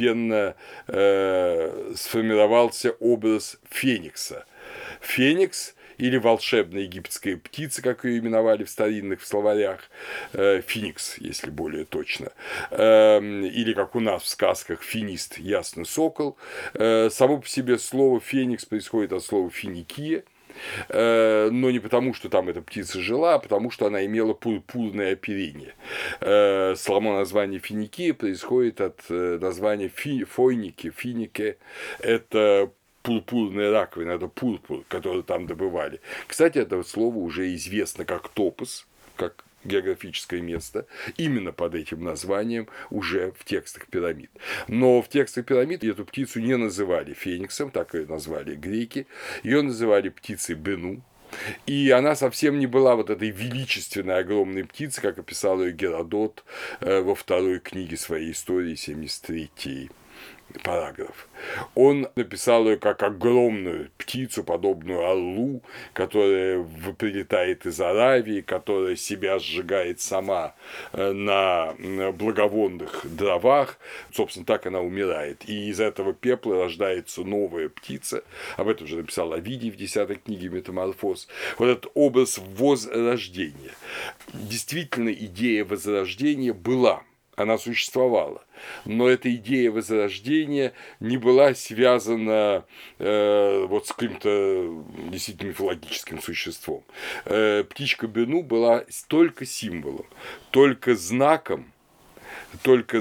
сформировался образ феникса. Феникс или волшебная египетская птица, как ее именовали в старинных словарях, феникс, если более точно, или как у нас в сказках финист, ясный сокол. Само по себе слово феникс происходит от слова финикия, но не потому, что там эта птица жила, а потому, что она имела пурпурное оперение. Само название финикия происходит от названия финике, это пурпурная раковина, это пурпур, который там добывали. Кстати, это слово уже известно как топос, как географическое место, именно под этим названием уже в текстах пирамид. Но в текстах пирамид эту птицу не называли фениксом, так ее назвали греки, ее называли птицей Бену. И она совсем не была вот этой величественной огромной птицей, как описал ее Геродот во второй книге своей истории, 73-й параграф. Он написал ее как огромную птицу, подобную орлу, которая прилетает из Аравии, которая себя сжигает сама на благовонных дровах. Собственно, так она умирает. И из этого пепла рождается новая птица. Об этом уже написал Овидий в 10 книге «Метаморфоз». Вот этот образ возрождения. Действительно, идея возрождения была. Она существовала, но эта идея возрождения не была связана вот с каким-то действительно мифологическим существом. Птичка Бену была только символом, только знаком вот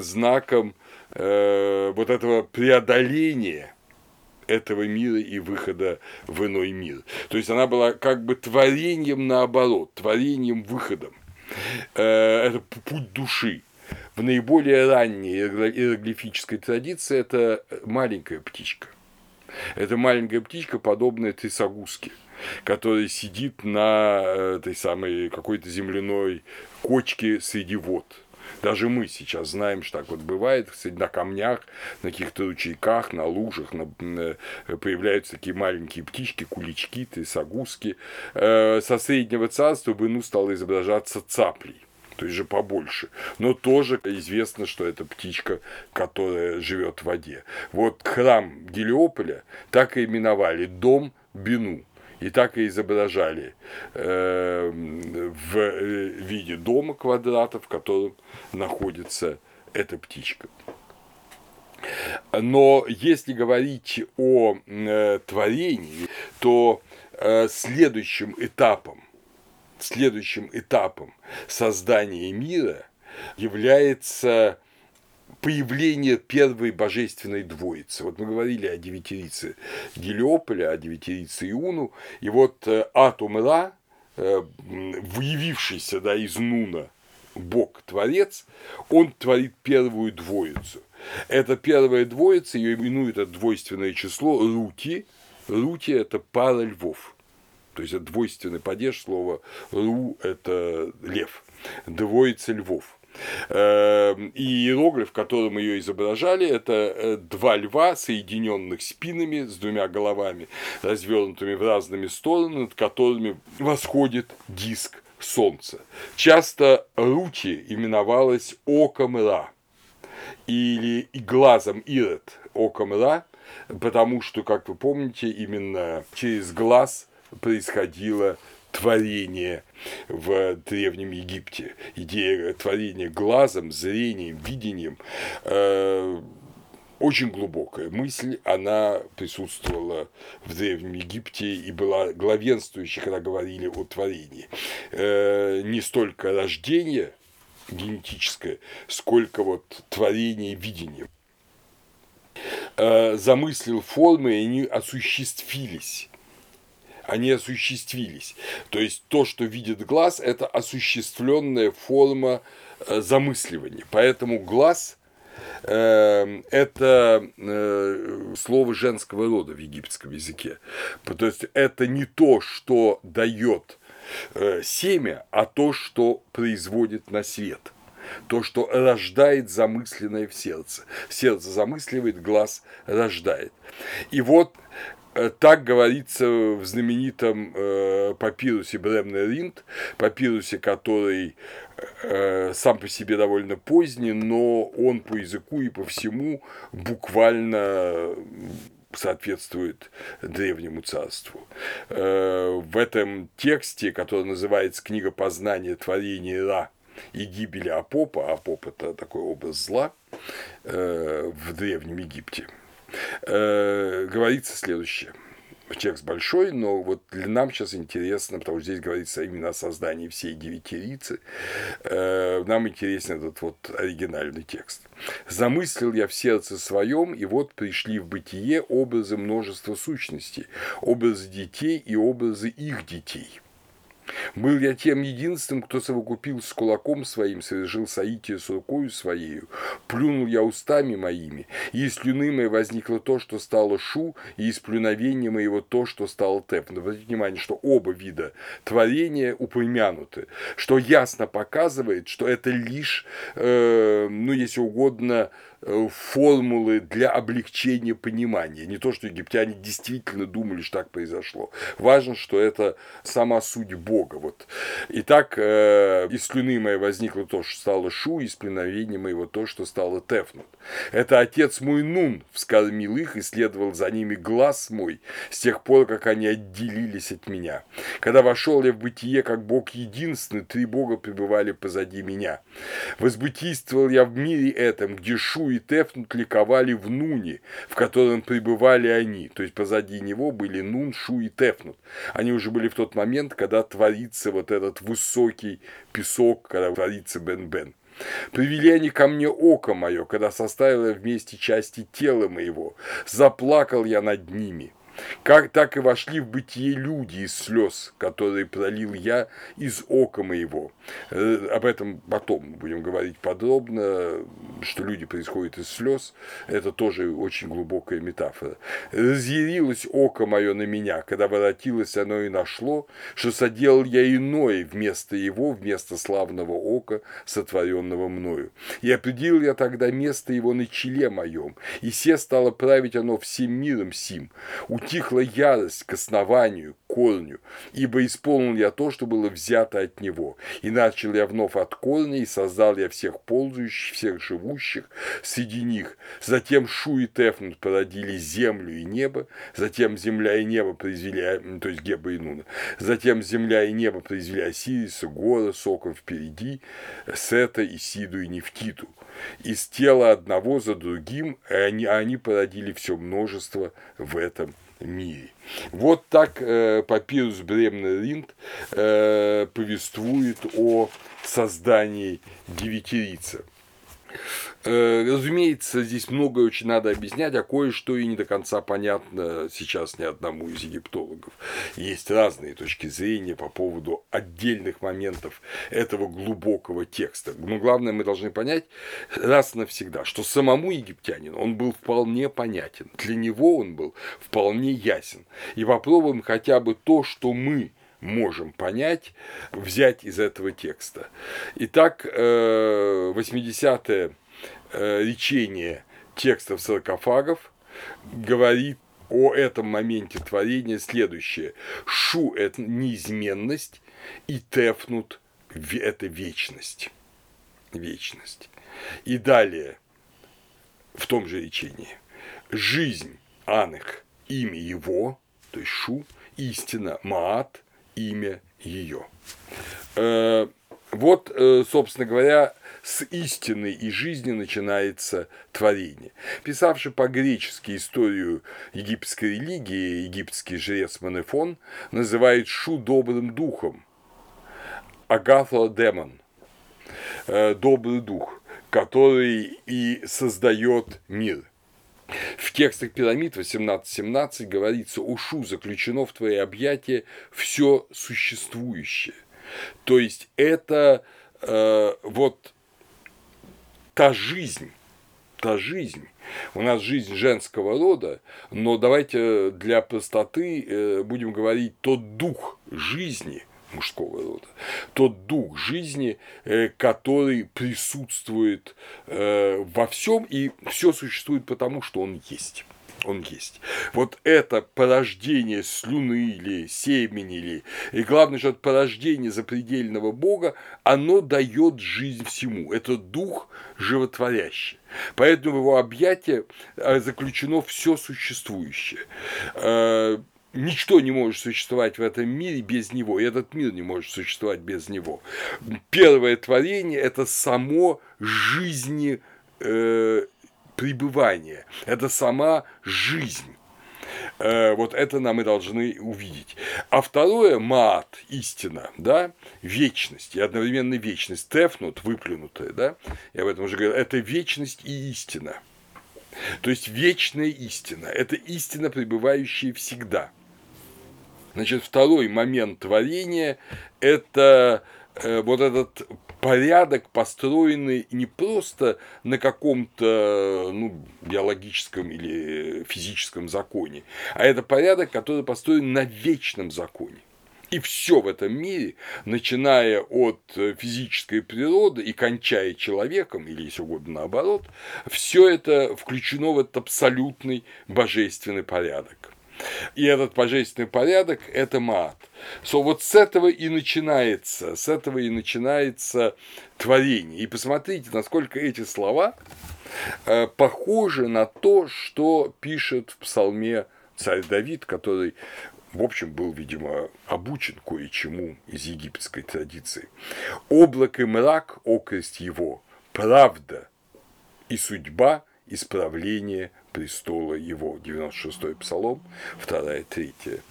этого преодоления этого мира и выхода в иной мир. То есть она была как бы творением наоборот, творением выходом. Это путь души. В наиболее ранней иероглифической традиции это маленькая птичка. Это маленькая птичка, подобная трясогузке, которая сидит на этой самой какой-то земляной кочке среди вод. Даже мы сейчас знаем, что так вот бывает, на камнях, на каких-то ручейках, на лужах появляются такие маленькие птички, кулички, трясогузки. Со Среднего царства Бену стала изображаться цаплей, то есть же побольше. Но тоже известно, что это птичка, которая живет в воде. Вот храм Гелиополя так и именовали дом Бену. И так и изображали в виде дома квадрата, в котором находится эта птичка. Но если говорить о творении, то следующим этапом создания мира является появление первой божественной двоицы. Вот мы говорили о девятирице Гелиополя, о девятирице Иуну, и вот Атум-Ра, выявившийся из Нуна, Бог-творец, он творит первую двоицу. Эта первая двоица, ее именуют это двойственное число Рути. Рути – это пара львов. То есть это двойственный падеж слова Ру – это лев, двоица львов. И иероглиф, которым ее изображали, это два льва, соединенных спинами, с двумя головами, развернутыми в разные стороны, над которыми восходит диск солнца. Часто Рути именовалась оком Ра или глазом Ирод, оком Ра, потому что, как вы помните, именно через глаз происходило творение в Древнем Египте. Идея творения глазом, зрением, видением очень глубокая мысль, она присутствовала в Древнем Египте и была главенствующей, когда говорили о творении. Не столько рождение генетическое, сколько вот творение видения. Замыслил формы, и они осуществились. они осуществились. То есть то, что видит глаз, это осуществленная форма замысливания. Поэтому глаз это слово женского рода в египетском языке. То есть это не то, что дает семя, а то, что производит на свет. То, что рождает замысленное в сердце. Сердце замысливает, глаз рождает. И вот так говорится в знаменитом папирусе Бремнер-Ринд, папирусе, который сам по себе довольно поздний, но он по языку и по всему буквально соответствует древнему царству. В этом тексте, который называется «Книга познания творения Ра и гибели Апопа», Апоп – это такой образ зла в Древнем Египте, говорится следующее. Текст большой, но вот для нам сейчас интересно, потому что здесь говорится именно о создании всей девятирицы, нам интересен этот вот оригинальный текст. «Замыслил я в сердце своем, и вот пришли в бытие образы множества сущностей, образы детей и образы их детей. Был я тем единственным, кто совокупил с кулаком своим, совершил соитие с рукою своею, плюнул я устами моими, и из слюны моей возникло то, что стало Шу, и из плюновения моего то, что стало Теф». Но обратите внимание, что оба вида творения упомянуты, что ясно показывает, что это лишь, если угодно, формулы для облегчения понимания. Не то, что египтяне действительно думали, что так произошло. Важно, что это сама суть Бога. Вот. Итак, из слюны моей возникло то, что стало Шу, из плюновения моего то, что стало Тефнут. Это отец мой Нун вскормил их, и следовал за ними глаз мой с тех пор, как они отделились от меня. Когда вошел я в бытие, как Бог единственный, 3 бога пребывали позади меня. Возбытийствовал я в мире этом, где Шу и Тефнут ликовали в Нуне, в котором пребывали они. То есть позади него были Нун, Шу и Тефнут. Они уже были в тот момент, когда творится вот этот высокий песок, когда творится Бен-Бен. «Привели они ко мне око мое, когда составил я вместе части тела моего. Заплакал я над ними». Так и вошли в бытие люди из слез, которые пролил я из ока моего. Об этом потом будем говорить подробно, что люди происходят из слез. Это тоже очень глубокая метафора. «Разъярилось око мое на меня, когда воротилось оно и нашло, что соделал я иное вместо его, вместо славного ока, сотворенного мною. И определил я тогда место его на челе моем, и се стало править оно всем миром сим. Утихла ярость к основанию, к корню, ибо исполнил я то, что было взято от него. И начал я вновь от корня, и создал я всех ползающих, всех живущих среди них. Затем Шу и Тефнут породили землю и небо, затем земля и небо произвели, то есть Геба и Нуна, затем земля и небо произвели Осириса, Гора, Соком впереди, Сета, Исиду и Нефтиту. Из тела одного за другим они породили все множество в этом мире». Вот так папирус Бремнер-Ринд повествует о создании девятирицы. Разумеется, здесь многое очень надо объяснять, а кое-что и не до конца понятно сейчас ни одному из египтологов. Есть разные точки зрения по поводу отдельных моментов этого глубокого текста. Но главное, мы должны понять раз и навсегда, что самому египтянину он был вполне понятен. Для него он был вполне ясен. И попробуем хотя бы то, что мы можем понять, взять из этого текста. Итак, 80-е речение текстов саркофагов говорит о этом моменте творения следующее. Шу – это неизменность, и Тефнут – это вечность. Вечность. И далее, в том же речении, жизнь, Анех, имя его, то есть Шу, истина, Маат, имя ее. Вот, собственно говоря, с истины и жизни начинается творение. Писавший по-гречески историю египетской религии, египетский жрец Манефон называет Шу добрым духом, агатhodemon, добрый дух, который и создает мир. В текстах пирамид 18.17 говорится: «О Шу, заключено в твои объятия все существующее». То есть это вот та жизнь. У нас жизнь женского рода, но давайте для простоты будем говорить тот дух жизни мужского рода, тот дух жизни, который присутствует во всем, и все существует потому, что он есть. Он есть. Вот это порождение слюны или семени, и главное, что это порождение запредельного Бога, оно дает жизнь всему. Это дух животворящий. Поэтому в его объятия заключено все существующее. Ничто не может существовать в этом мире без него, и этот мир не может существовать без него. Первое творение – это само жизни пребывание, это сама жизнь. Вот это нам и должны увидеть. А второе – маат, истина, да, вечность, и одновременно вечность, тефнут, выплюнутая, да, я об этом уже говорил, это вечность и истина. То есть вечная истина – это истина, пребывающая всегда. Значит, второй момент творения – это вот этот порядок, построенный не просто на каком-то биологическом или физическом законе, а это порядок, который построен на вечном законе. И все в этом мире, начиная от физической природы и кончая человеком, или, если угодно, наоборот, все это включено в этот абсолютный божественный порядок. И этот божественный порядок – это маат. Вот с этого и начинается творение. И посмотрите, насколько эти слова похожи на то, что пишет в псалме царь Давид, который, в общем, был, видимо, обучен кое-чему из египетской традиции. «Облак и мрак – окрест его, правда и судьба – исправление престола его». 96-й псалом, 2-3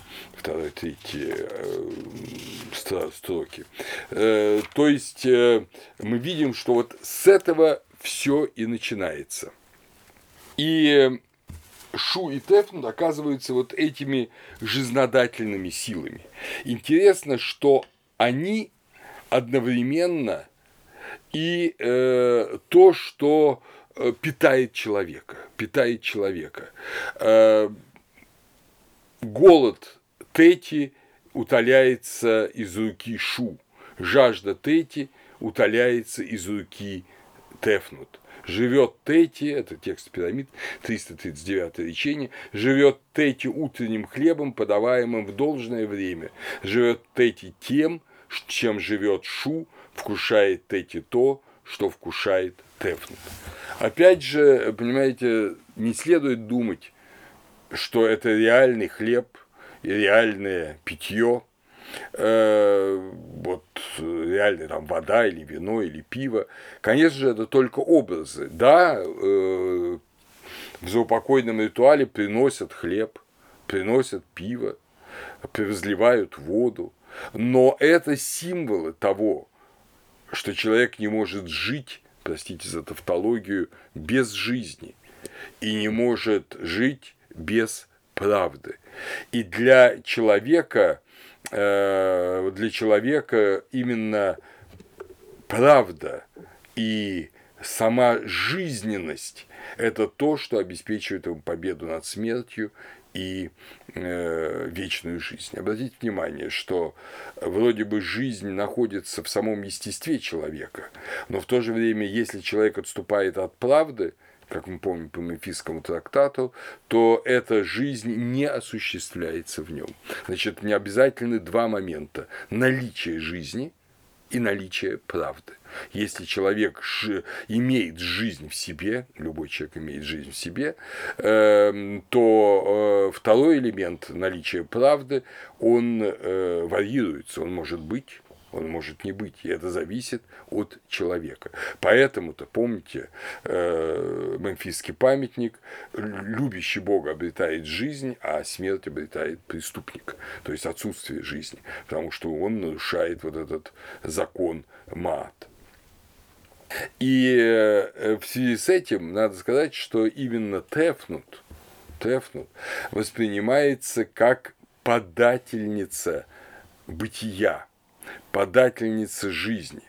строки. То есть мы видим, что вот с этого все и начинается. И Шу и Тефнут оказываются вот этими жизнодательными силами. Интересно, что они одновременно и то, что питает человека. Голод Тети утоляется из руки Шу, жажда Тети утоляется из руки Тефнут. Живет Тети, это текст пирамид, 339 речение, живет Тети утренним хлебом, подаваемым в должное время, живет Тети тем, чем живет Шу, вкушает Тети то, что вкушает Тефнут. Опять же, понимаете, не следует думать, что это реальный хлеб и реальное питье, вот реальная там вода или вино или пиво. Конечно же, это только образы. Да, в заупокойном ритуале приносят хлеб, приносят пиво, разливают воду, но это символы того, что человек не может жить, простите за тавтологию, без жизни и не может жить без правды. И для человека именно правда и сама жизненность – это то, что обеспечивает ему победу над смертью и вечную жизнь. Обратите внимание, что вроде бы жизнь находится в самом естестве человека, но в то же время, если человек отступает от правды, как мы помним по Мемфисскому трактату, то эта жизнь не осуществляется в нем. Значит, не обязательны два момента – наличие жизни и наличие правды. Если человек имеет жизнь в себе, любой человек имеет жизнь в себе, то второй элемент наличия правды, он варьируется, он может быть, он может не быть, и это зависит от человека. Поэтому-то, помните, Мемфисский памятник: любящий Бога обретает жизнь, а смерть обретает преступник, то есть отсутствие жизни, потому что он нарушает вот этот закон маат. И в связи с этим надо сказать, что именно Тефнут воспринимается как подательница бытия, подательница жизни.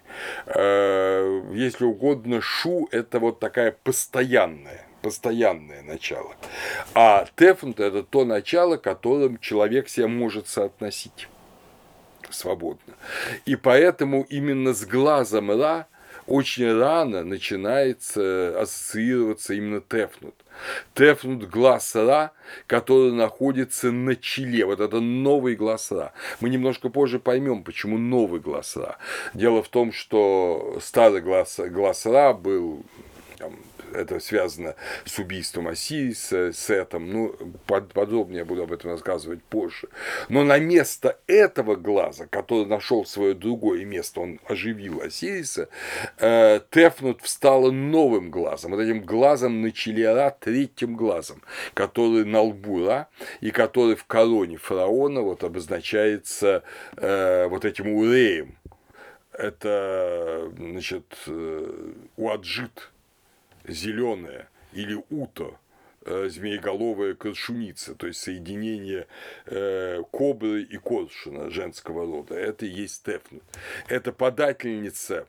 Если угодно, Шу – это вот такая постоянное начало. А Тефнут – это то начало, которым человек себя может соотносить свободно. И поэтому именно с глазом Ра очень рано начинается ассоциироваться именно Тефнут. Тефнут – глаз Ра, который находится на челе. Вот это новый глаз Ра. Мы немножко позже поймем, почему новый глаз Ра. Дело в том, что старый глаз Ра был... Это связано с убийством Осириса, Сетом. Ну, подробнее я буду об этом рассказывать позже. Но на место этого глаза, который нашел свое другое место, он оживил Осириса, Тефнут встала новым глазом, вот этим глазом на челе Ра, третьим глазом, который на лбу Ра, и который в короне фараона вот обозначается вот этим уреем. Это, значит, уаджит, зеленая, или уто, змееголовая коршуница, то есть соединение кобры и коршуна женского рода. Это и есть Тефнут. Это подательница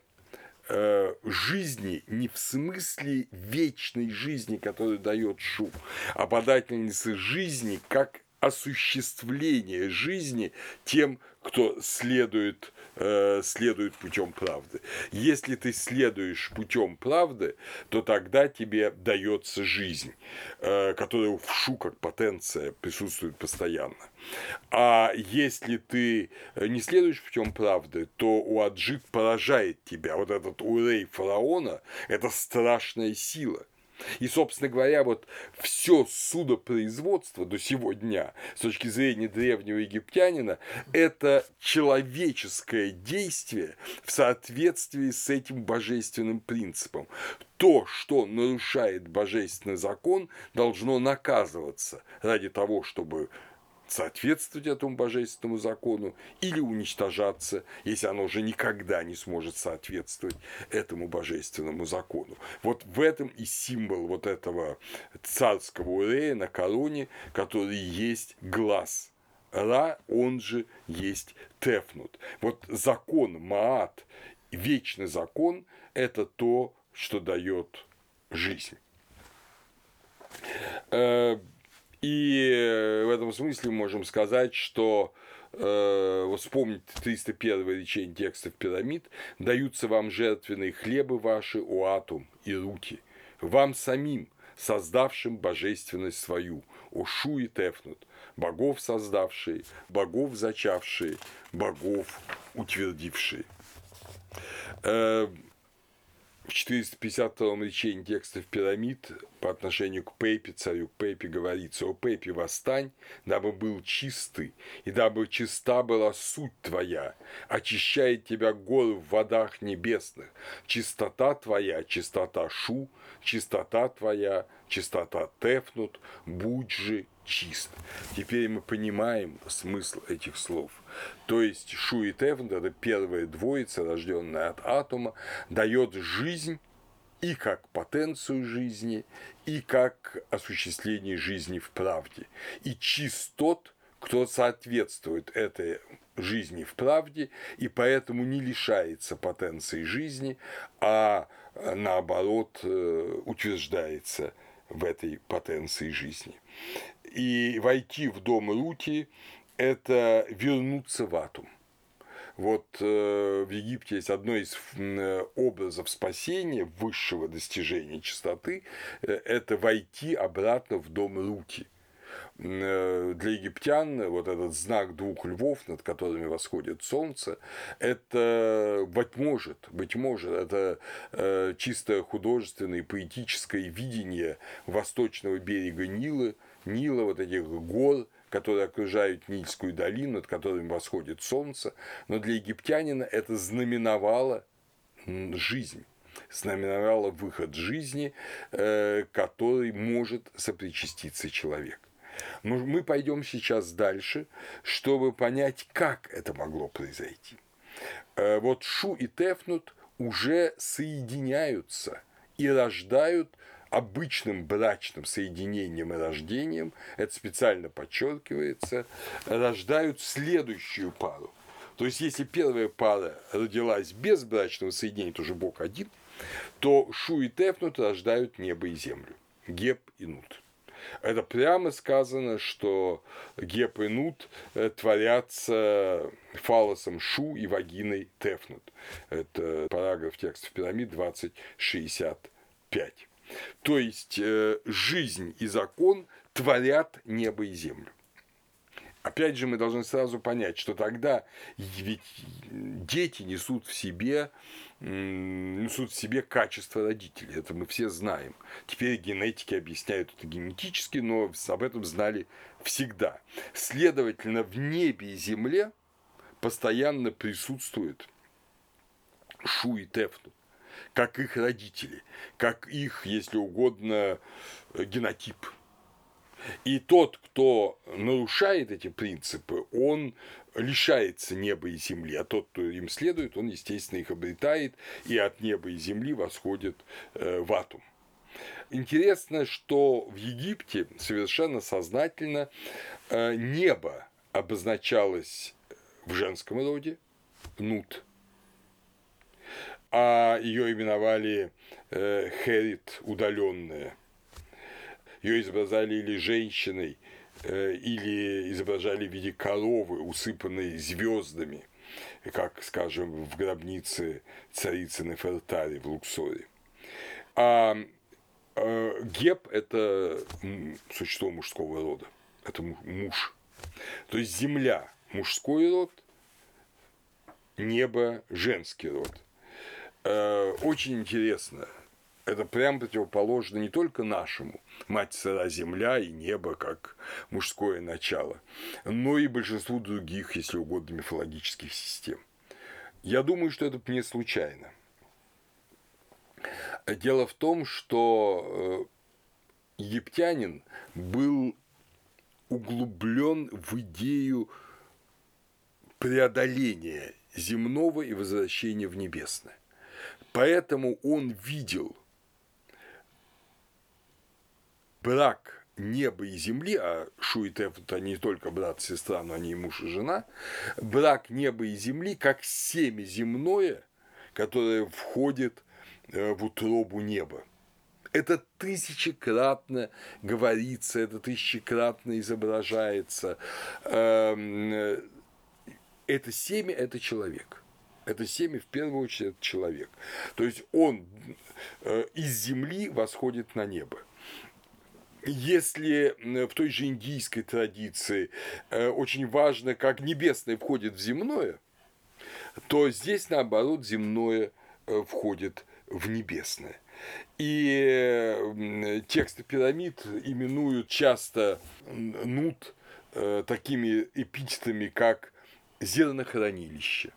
жизни не в смысле вечной жизни, которую дает Шу, а подательница жизни как осуществление жизни тем, кто следует путем правды. Если ты следуешь путем правды, то тогда тебе дается жизнь, которая в Шу как потенция присутствует постоянно. А если ты не следуешь путем правды, то Уаджит поражает тебя. Вот этот урей фараона – это страшная сила. И, собственно говоря, вот все судопроизводство до сего дня, с точки зрения древнего египтянина, это человеческое действие в соответствии с этим божественным принципом. То, что нарушает божественный закон, должно наказываться ради того, чтобы соответствовать этому божественному закону или уничтожаться, если оно уже никогда не сможет соответствовать этому божественному закону. Вот в этом и символ вот этого царского урея на короне, который есть глаз Ра, он же есть Тефнут. Вот закон Маат, вечный закон, это то, что дает жизнь. И в этом смысле мы можем сказать, что вспомните 301 речение текстов пирамид: «Даются вам жертвенные хлебы ваши, Уатум и Рути, вам самим, создавшим божественность свою, Ошу и Тефнут, богов создавшие, богов зачавшие, богов утвердившие». В 452-м речении текстов пирамид по отношению к Пепе, царю Пепе, говорится: «О Пепе, восстань, дабы был чистый, и дабы чиста была суть твоя, очищает тебя горы в водах небесных, чистота твоя, чистота Шу, чистота твоя, чистота Тефнут, будь же чист». Теперь мы понимаем смысл этих слов. То есть Шу и Тефнут – это первая двоица, рожденная от атома, дает жизнь и как потенцию жизни, и как осуществление жизни в правде. И чист тот, кто соответствует этой жизни в правде, и поэтому не лишается потенции жизни, а наоборот утверждается в этой потенции жизни. И войти в дом Рути – это вернуться в атом. Вот в Египте есть одно из образов спасения, высшего достижения чистоты – это войти обратно в дом Рути. Для египтян вот этот знак двух львов, над которыми восходит солнце, это, быть может, это чисто художественное и поэтическое видение восточного берега Нила, вот этих гор, которые окружают Нильскую долину, над которыми восходит солнце, но для египтянина это знаменовало жизнь, знаменовало выход жизни, который может сопричаститься человек. Но мы пойдем сейчас дальше, чтобы понять, как это могло произойти. Вот Шу и Тефнут уже соединяются и рождают обычным брачным соединением и рождением, это специально подчеркивается, рождают следующую пару. То есть, если первая пара родилась без брачного соединения, то уже Бог один, то Шу и Тефнут рождают небо и землю, Геб и Нут. Это прямо сказано, что Геб и Нут творятся фалосом Шу и вагиной Тефнут. Это параграф текста пирамид 2065. То есть жизнь и закон творят небо и землю. Опять же, мы должны сразу понять, что тогда ведь дети несут в себе качество родителей. Это мы все знаем. Теперь генетики объясняют это генетически, но об этом знали всегда. Следовательно, в небе и земле постоянно присутствует Шу и Тефнут, как их родители, как их, если угодно, генотип. И тот, кто нарушает эти принципы, он лишается неба и земли, а тот, кто им следует, он, естественно, их обретает и от неба и земли восходит в атум. Интересно, что в Египте совершенно сознательно небо обозначалось в женском роде, Нут, а ее именовали Херит, удаленная. Ее изображали или женщиной, или изображали в виде коровы, усыпанной звездами, как, скажем, в гробнице царицы Нефертари в Луксоре. А Геб – это существо мужского рода, это муж. То есть земля – мужской род, небо – женский род. Очень интересно. Это прям противоположно не только нашему, мать сыра земля и небо как мужское начало, но и большинству других, если угодно, мифологических систем. Я думаю, что это не случайно. Дело в том, что египтянин был углублен в идею преодоления земного и возвращения в небесное. Поэтому он видел брак неба и земли, а Шу и Тефнут, они не только брат и сестра, но они и муж и жена, брак неба и земли как семя земное, которое входит в утробу неба. Это тысячекратно говорится, это тысячекратно изображается. Это семя – это человек. Это семя, в первую очередь, это человек. То есть он из земли восходит на небо. Если в той же индийской традиции очень важно, как небесное входит в земное, то здесь, наоборот, земное входит в небесное. И тексты пирамид именуют часто Нут такими эпитетами, как зернохранилище,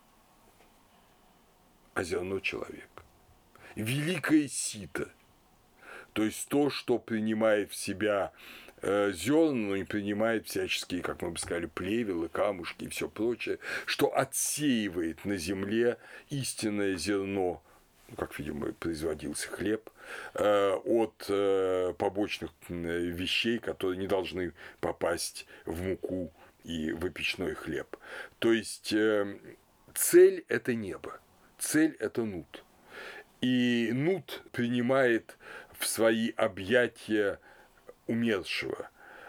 а зерно – человек, великое сито. То есть то, что принимает в себя зерна, но не принимает всяческие, как мы бы сказали, плевелы, камушки и все прочее, что отсеивает на земле истинное зерно, как, видимо, производился хлеб, от побочных вещей, которые не должны попасть в муку и в печной хлеб. То есть цель – это небо, цель – это Нут. И Нут принимает в свои объятия умершего.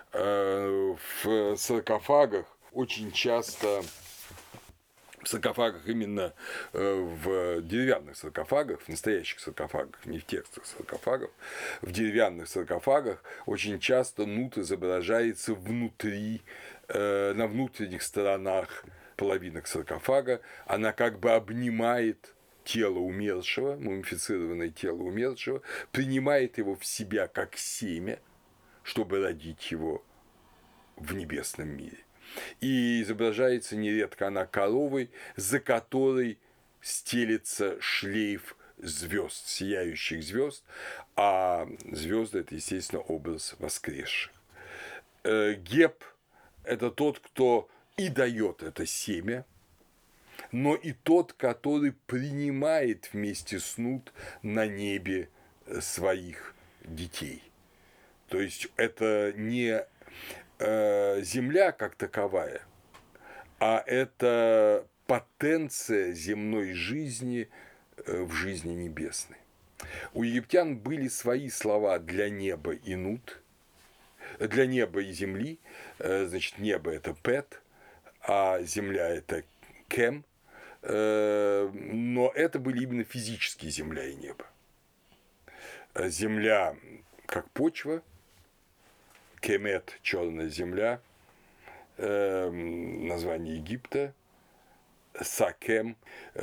В саркофагах очень часто, в саркофагах именно в деревянных саркофагах, в настоящих саркофагах, не в текстах саркофагов, в деревянных саркофагах очень часто Нут изображается внутри, на внутренних сторонах половинок саркофага, она как бы обнимает тело умершего, мумифицированное тело умершего, принимает его в себя как семя, чтобы родить его в небесном мире. И изображается нередко она коровой, за которой стелется шлейф звезд, сияющих звезд, а звезды – это, естественно, образ воскресших. Геб – это тот, кто и дает это семя, но и тот, который принимает вместе с Нут на небе своих детей. То есть это не земля как таковая, а это потенция земной жизни в жизни небесной. У египтян были свои слова для неба и Нут, для неба и земли. Значит, небо – это Пет, а земля – это Кем. Но это были именно физические земля и небо. Земля как почва, Кемет – черная земля, название Египта, Сакем,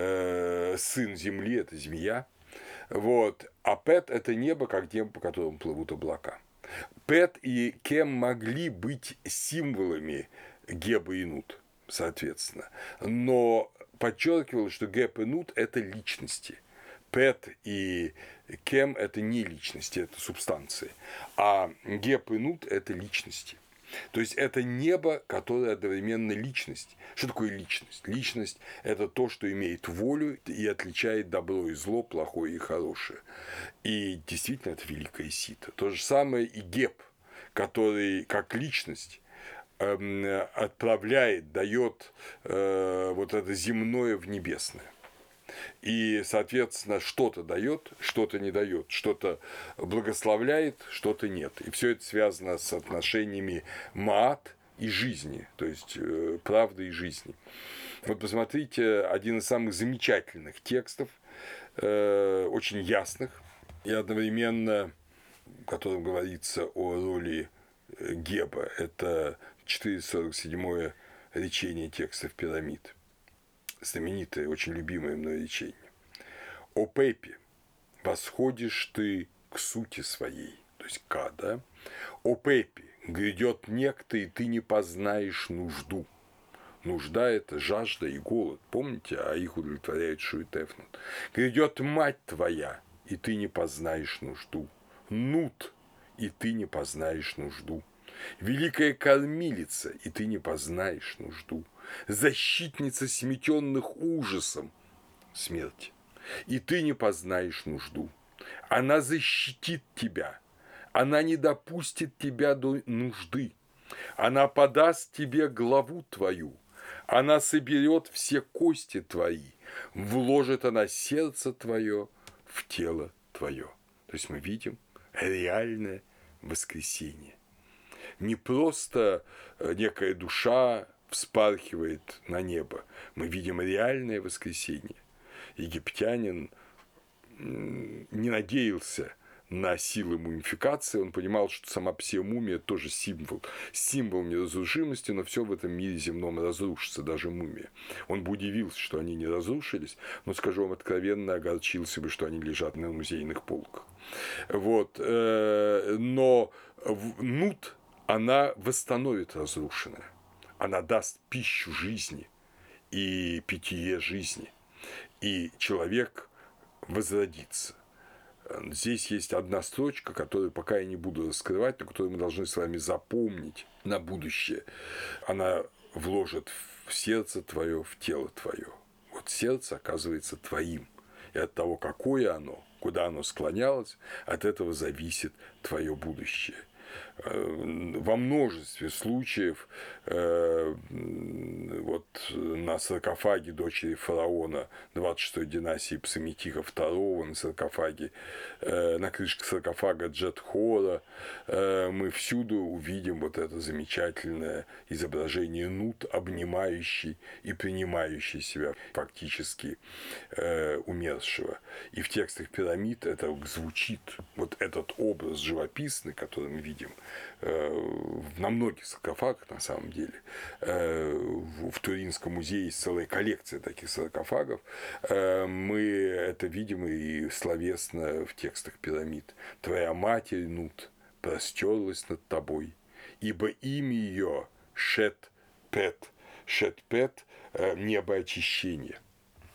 сын земли – это змея. Вот. А Пет – это небо, как небо, по которому плывут облака. Пет и Кем могли быть символами Геба и Нут, соответственно. Но подчеркивалось, что Геб и Нут – это личности. Пет и Кем – это не личности, это субстанции. А Геб и Нут – это личности. То есть это небо, которое одновременно личность. Что такое личность? Личность – это то, что имеет волю и отличает добро и зло, плохое и хорошее. И действительно это великое сито. То же самое и Геб, который как личность отправляет, дает вот это земное в небесное. И, соответственно, что-то дает, что-то не дает, что-то благословляет, что-то нет. И все это связано с отношениями маат и жизни, то есть правды и жизни. Вот посмотрите, один из самых замечательных текстов, очень ясных и одновременно, в котором говорится о роли Геба. Это 447-е речение текстов пирамид. Знаменитое, очень любимое мной речение. «О Пепе, восходишь ты к сути своей», то есть Ка, да? «О Пепе, грядет некто, и ты не познаешь нужду». Нужда – это жажда и голод, помните, а их удовлетворяет Шуй-Тефнут. «Грядет мать твоя, и ты не познаешь нужду. Нут, и ты не познаешь нужду. Великая кормилица, и ты не познаешь нужду. Защитница сметенных ужасом смерти, и ты не познаешь нужду. Она защитит тебя, она не допустит тебя до нужды, она подаст тебе главу твою, она соберет все кости твои, вложит она сердце твое в тело твое». То есть мы видим реальное воскресение. Не просто некая душа вспархивает на небо. Мы видим реальное воскресение. Египтянин не надеялся на силы мумификации, он понимал, что сама по себе мумия тоже символ неразрушимости, но все в этом мире земном разрушится, даже мумия. Он бы удивился, что они не разрушились, но, скажу вам откровенно, огорчился бы, что они лежат на музейных полках. Вот. Но Нут, она восстановит разрушенное, она даст пищу жизни и питье жизни, и человек возродится. Здесь есть одна строчка, которую пока я не буду раскрывать, но которую мы должны с вами запомнить на будущее. Она вложит в сердце твое, в тело твое. Вот сердце оказывается твоим. И от того, какое оно, куда оно склонялось, от этого зависит твое будущее. Во множестве случаев вот на саркофаге дочери фараона 26-й династии Псаметиха II, на саркофаге, на крышке саркофага Джетхора мы всюду увидим вот это замечательное изображение Нут, обнимающий и принимающий себя фактически умершего. И в текстах пирамид это звучит, вот этот образ живописный, который мы видим на многих саркофагах, на самом деле. В Туринском музее есть целая коллекция таких саркофагов. Мы это видим и словесно в текстах пирамид. «Твоя матерь, Нут, простерлась над тобой, ибо имя ее Шет-Пет». Шет-Пет – небо очищения.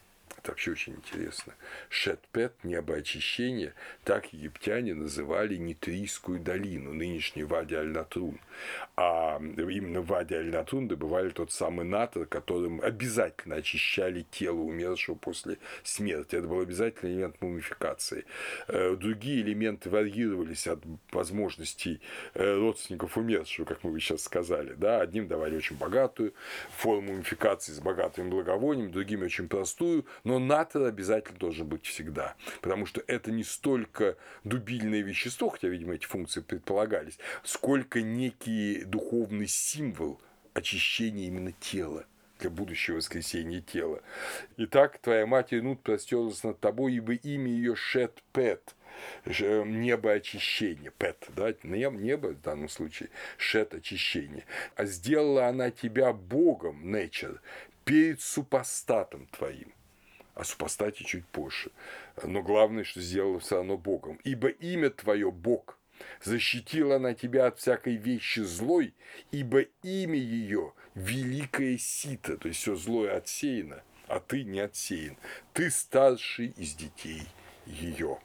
Это вообще очень интересно. Шет-Пет, небо очищения, так египтяне называли Нитрийскую долину, нынешний Вади-Аль-Натрун. А именно в Вади-Аль-Натрун добывали тот самый натр, которым обязательно очищали тело умершего после смерти. Это был обязательный элемент мумификации. Другие элементы варьировались от возможностей родственников умершего, как мы бы сейчас сказали. Да? Одним давали очень богатую форму мумификации с богатым благовонием, другими очень простую, но натр обязательно должен быть всегда, потому что это не столько дубильное вещество, хотя, видимо, эти функции предполагались, сколько некий духовный символ очищения именно тела, для будущего воскресения тела. Итак, твоя матерь Нут простерлась над тобой, ибо имя ее Шет-Пет, небо очищения, Пет, да, небо в данном случае, Шет очищение. А сделала она тебя Богом, Нечер, перед супостатом твоим. О супостате чуть позже. Но главное, что сделала все равно Богом. Ибо имя твое Бог. Защитила она тебя от всякой вещи злой, ибо имя ее великое сито, то есть все злое отсеяно, а ты не отсеян. Ты старший из детей ее.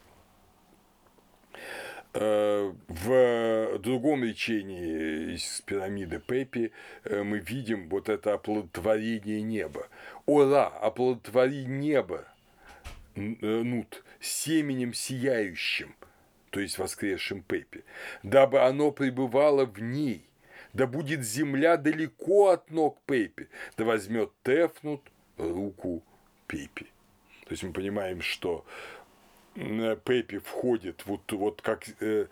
В другом речении из пирамиды Пепи мы видим вот это оплодотворение неба. Ора, оплодотвори небо, Нут, семенем сияющим, то есть воскресшим Пепи, дабы оно пребывало в ней, да будет земля далеко от ног Пепи, да возьмет Тефнут руку Пепи. То есть мы понимаем, что Пепи входит, вот как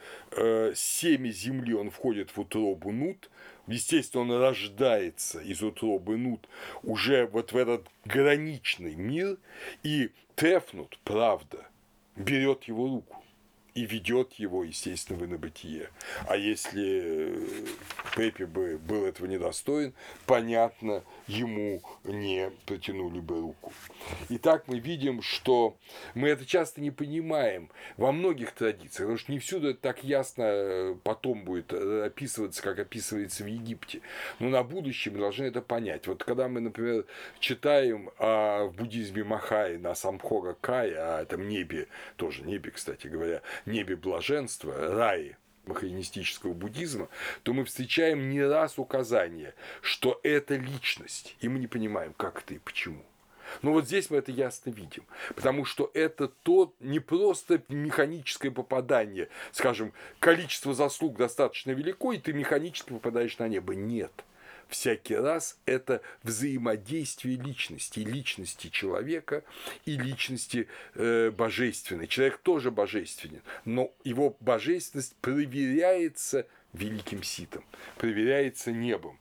семя земли, он входит в утробу Нут, естественно, он рождается из утробы Нут уже вот в этот граничный мир, и Тефнут, правда, берет его руку и ведет его, естественно, в инобытие. А если Пепи бы был этого недостоин, понятно, ему не протянули бы руку. Итак, мы видим, что мы это часто не понимаем во многих традициях, потому что не всюду это так ясно потом будет описываться, как описывается в Египте. Но на будущее мы должны это понять. Вот когда мы, например, читаем в буддизме Махаи на Самхора Кая, о этом небе, тоже небе, кстати говоря, небе блаженства, рае махаинистического буддизма, то мы встречаем не раз указание, что это личность, и мы не понимаем, как это и почему. Но вот здесь мы это ясно видим, потому что это то не просто механическое попадание, скажем, количество заслуг достаточно велико, и ты механически попадаешь на небо. Нет. Всякий раз это взаимодействие личности человека и личности божественной. Человек тоже божественен, но его божественность проверяется великим ситом, проверяется небом.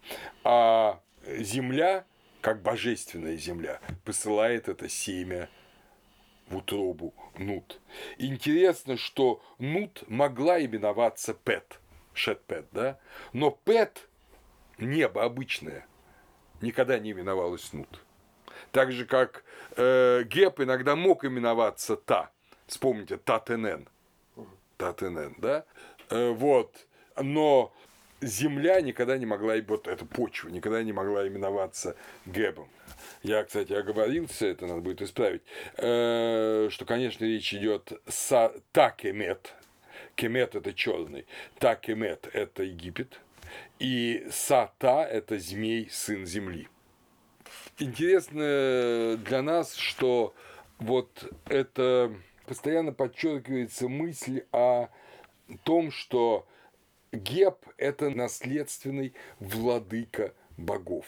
А земля, как божественная земля, посылает это семя в утробу Нут. Интересно, что Нут могла именоваться Пет, Шет-Пет, да? Но Пет, небо обычное, никогда не именовалось Нут. Так же, как Геб иногда мог именоваться Та. Вспомните, Татенен. Татенен, да? Вот. Но земля никогда не могла, вот эта почва, никогда не могла именоваться Гебом. Я, кстати, оговорился, это надо будет исправить, что, конечно, речь идет Та-Кемет. Кемет – это черный. Та-Кемет – это Египет. И Сата – это змей, сын земли. Интересно для нас, что вот это постоянно подчеркивается мысль о том, что Геб – это наследственный владыка богов.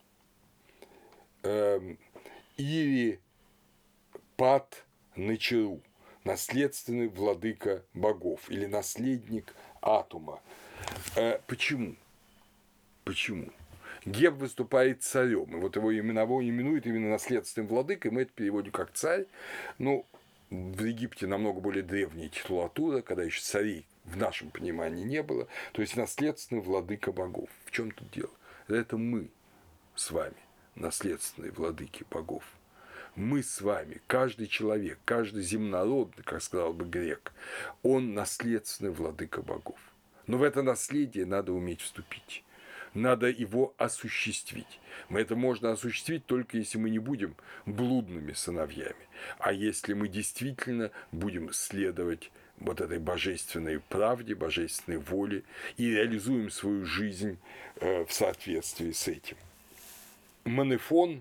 Или Пат Нечеру, наследственный владыка богов, или наследник Атума. Почему? Почему? Геб выступает царем, и вот его именуют именно наследственным владыкой, мы это переводим как царь. Ну, в Египте намного более древняя титулатура, когда еще царей в нашем понимании не было, то есть наследственный владыка богов. В чем тут дело? Это мы с вами, наследственные владыки богов. Мы с вами, каждый человек, каждый земнородный, как сказал бы грек, он наследственный владыка богов. Но в это наследие надо уметь вступить. надо его осуществить. Мы это можно осуществить только если мы не будем блудными сыновьями, а если мы действительно будем следовать вот этой божественной правде, божественной воле и реализуем свою жизнь в соответствии с этим. Манефон,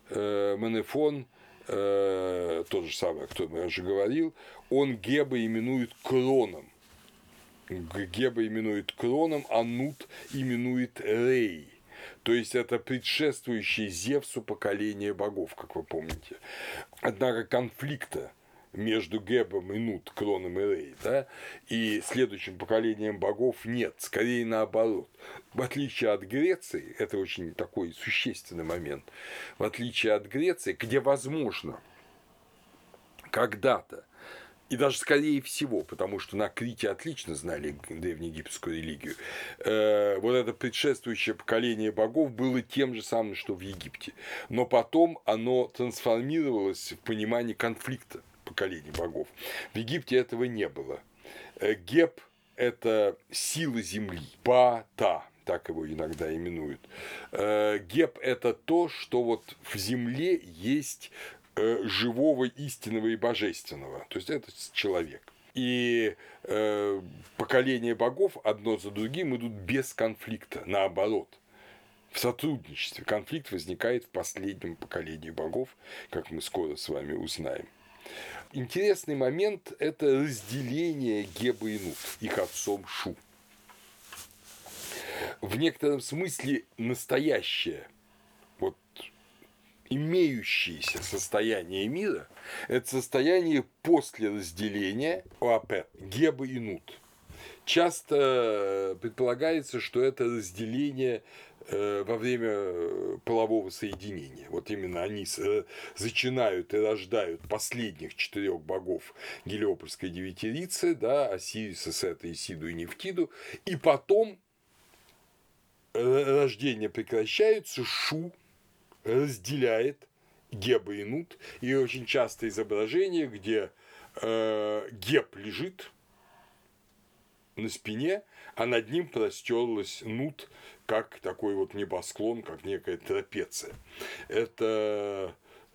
тот же самый, о котором я уже говорил, он Геба именует кроном. Геба именует кроном, а Нут именует Рей. То есть это предшествующее Зевсу поколение богов, как вы помните. Однако конфликта между Гебом и Нут, кроном и Рей, да, и следующим поколением богов нет, скорее наоборот. В отличие от Греции, это очень такой существенный момент, в отличие от Греции, где возможно когда-то, и даже скорее всего, потому что на Крите отлично знали древнеегипетскую религию, вот это предшествующее поколение богов было тем же самым, что в Египте. Но потом оно трансформировалось в понимание конфликта поколений богов. В Египте этого не было. Геб – это сила земли, Ба-Та, так его иногда именуют. Геб – это то, что вот в земле есть живого, истинного и божественного. То есть это человек. И поколения богов одно за другим идут без конфликта, наоборот. В сотрудничестве. Конфликт возникает в последнем поколении богов, как мы скоро с вами узнаем. Интересный момент – это разделение Геба и Нут, их отцом Шу. В некотором смысле настоящее, вот имеющееся состояние мира – это состояние после разделения Геба и Нут. Часто предполагается, что это разделение во время полового соединения. Вот именно они зачинают и рождают последних 4 богов Гелиопольской девятирицы, да, Осириса, Сета, Исиду и Нефтиду, и потом рождение прекращается, Шу разделяет Геба и Нут, и очень часто изображение, где Геб лежит на спине, а над ним простерлась Нут, как такой вот небосклон, как некая трапеция. Это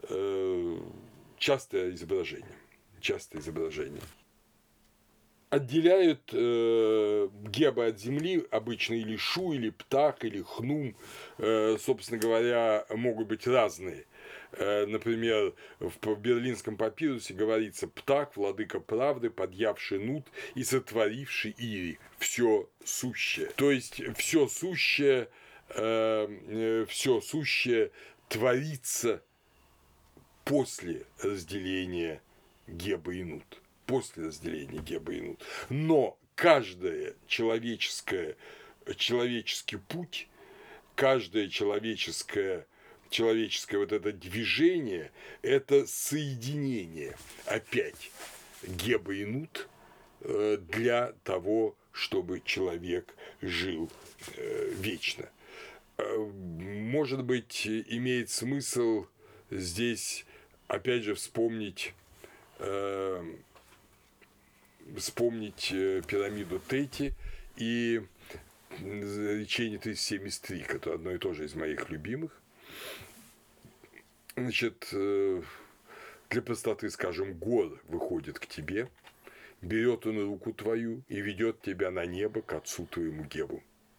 частое изображение. Отделяют Геба от земли обычно или Шу, или Птах, или Хнум. Собственно говоря, могут быть разные. Например, в Берлинском папирусе говорится: «Птах, владыка правды, подъявший Нут и сотворивший Ири, все сущее». То есть все сущее творится после разделения Геба и Нут. Но каждый человеческий путь, каждое человеческое вот это движение – это соединение опять Геба и Нут для того, чтобы человек жил вечно. Может быть, имеет смысл здесь опять же вспомнить пирамиду Тети и речение 37:3, которое одно и то же из моих любимых. Значит, для простоты скажем: «Гор выходит к тебе, берет он руку твою и ведет тебя на небо к отцу твоему Гебу».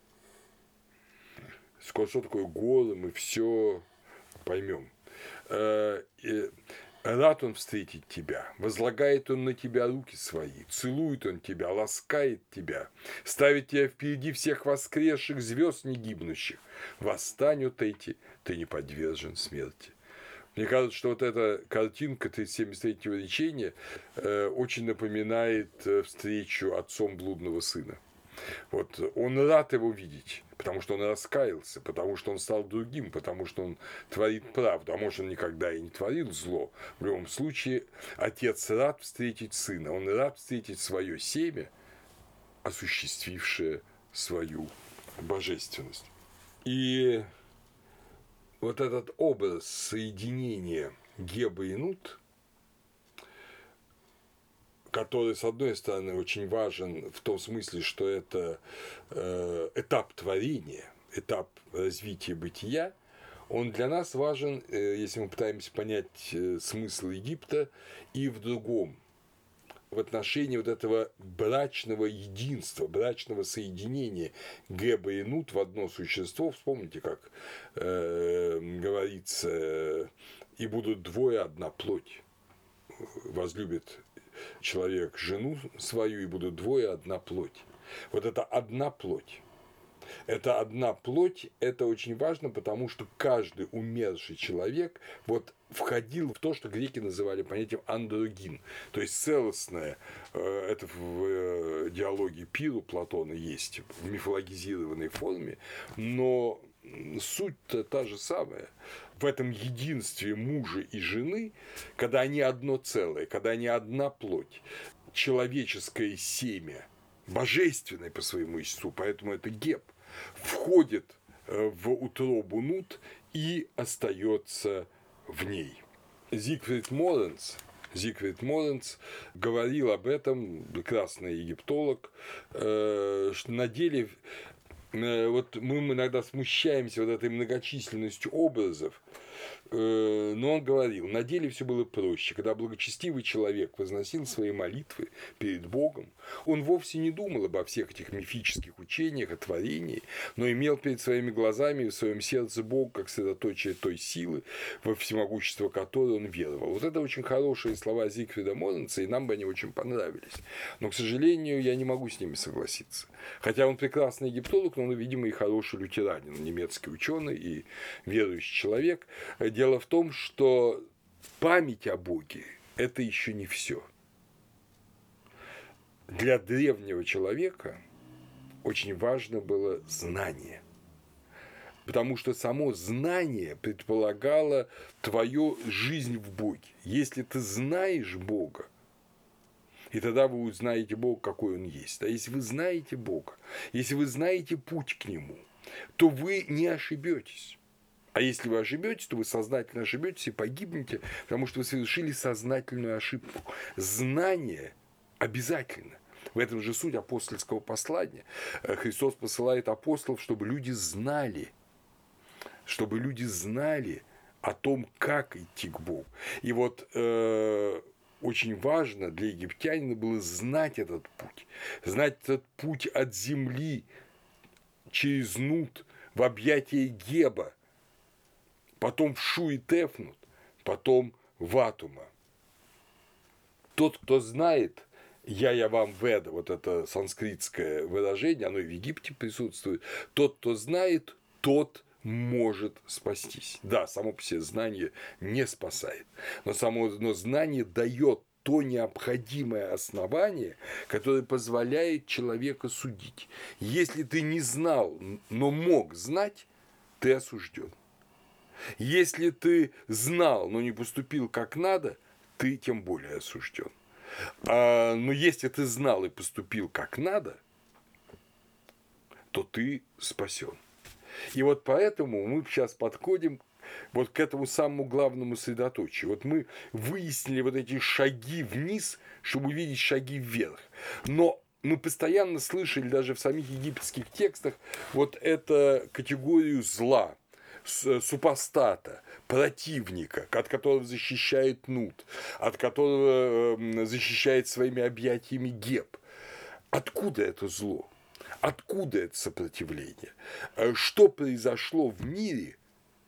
Что такое горы, мы все поймем. Рад он встретить тебя, возлагает он на тебя руки свои, целует он тебя, ласкает тебя, ставит тебя впереди всех воскресших звезд негибнущих. Восстань от эти, ты не подвержен смерти. Мне кажется, что вот эта картинка 73-го речения очень напоминает встречу отцом блудного сына. Вот он рад его видеть, потому что он раскаялся, потому что он стал другим, потому что он творит правду, а может, он никогда и не творил зло. В любом случае, отец рад встретить сына, он рад встретить свое семя, осуществившее свою божественность. И вот этот образ соединения Геба и Нут, который, с одной стороны, очень важен в том смысле, что это этап творения, этап развития бытия, он для нас важен, если мы пытаемся понять смысл Египта, и в другом, в отношении вот этого брачного единства, брачного соединения Геба и Нут в одно существо. Вспомните, как говорится, и будут двое одна плоть. Возлюбит человек жену свою, и будут двое одна плоть. Вот это одна плоть. Это одна плоть, это очень важно, потому что каждый умерший человек вот входил в то, что греки называли понятием андрогин, то есть целостное, это в диалоге Пиру Платона есть в мифологизированной форме, но суть-то та же самая. В этом единстве мужа и жены, когда они одно целое, когда они одна плоть, человеческое семя, божественное по своему естеству, поэтому это Геб, входит в утробу Нут и остается в ней. Зигфрид Моренц говорил об этом, прекрасный египтолог, что на деле вот мы иногда смущаемся вот этой многочисленностью образов, но он говорил, на деле все было проще. Когда благочестивый человек возносил свои молитвы перед Богом, он вовсе не думал обо всех этих мифических учениях, о творении, но имел перед своими глазами и в своем сердце Бога как средоточие той силы, во всемогущество которой он веровал. Вот это очень хорошие слова Зигфрида Моренца, и нам бы они очень понравились. Но, к сожалению, я не могу с ними согласиться. Хотя он прекрасный египтолог, но он, видимо, и хороший лютеранин, немецкий ученый и верующий человек. Дело в том, что память о Боге – это еще не все. Для древнего человека очень важно было знание, потому что само знание предполагало твою жизнь в Боге. Если ты знаешь Бога, и тогда вы узнаете Бога, какой Он есть. А если вы знаете Бога, если вы знаете путь к Нему, то вы не ошибетесь. А если вы ошибетесь, то вы сознательно ошибетесь и погибнете, потому что вы совершили сознательную ошибку. Знание обязательно. В этом же суть апостольского послания. Христос посылает апостолов, чтобы люди знали о том, как идти к Богу. И вот очень важно для египтянина было знать этот путь от земли через Нут в объятия Геба, потом в Шу и Тефнут, потом в Атума. Тот, кто знает, я вам веда, вот это санскритское выражение, оно и в Египте присутствует, тот, кто знает, тот может спастись. Да, само по себе знание не спасает, но знание дает то необходимое основание, которое позволяет человека судить. Если ты не знал, но мог знать, ты осужден. Если ты знал, но не поступил как надо, ты тем более осужден. Но если ты знал и поступил как надо, то ты спасен. И вот поэтому мы сейчас подходим вот к этому самому главному средоточию. Вот мы выяснили вот эти шаги вниз, чтобы увидеть шаги вверх. Но мы постоянно слышали даже в самих египетских текстах вот эту категорию зла, супостата, противника, от которого защищает Нут, от которого защищает своими объятиями Геб. Откуда это зло? Откуда это сопротивление? Что произошло в мире,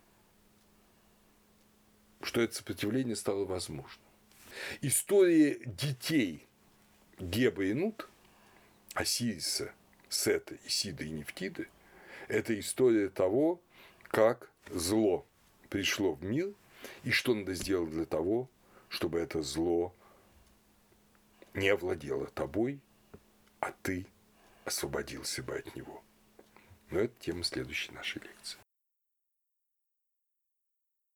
что это сопротивление стало возможным? История детей Геба и Нут, Осириса, Сета, Исиды и Нефтиды – это история того, как зло пришло в мир и что надо сделать для того, чтобы это зло не овладело тобой, а ты освободился бы от него. Но это тема следующей нашей лекции.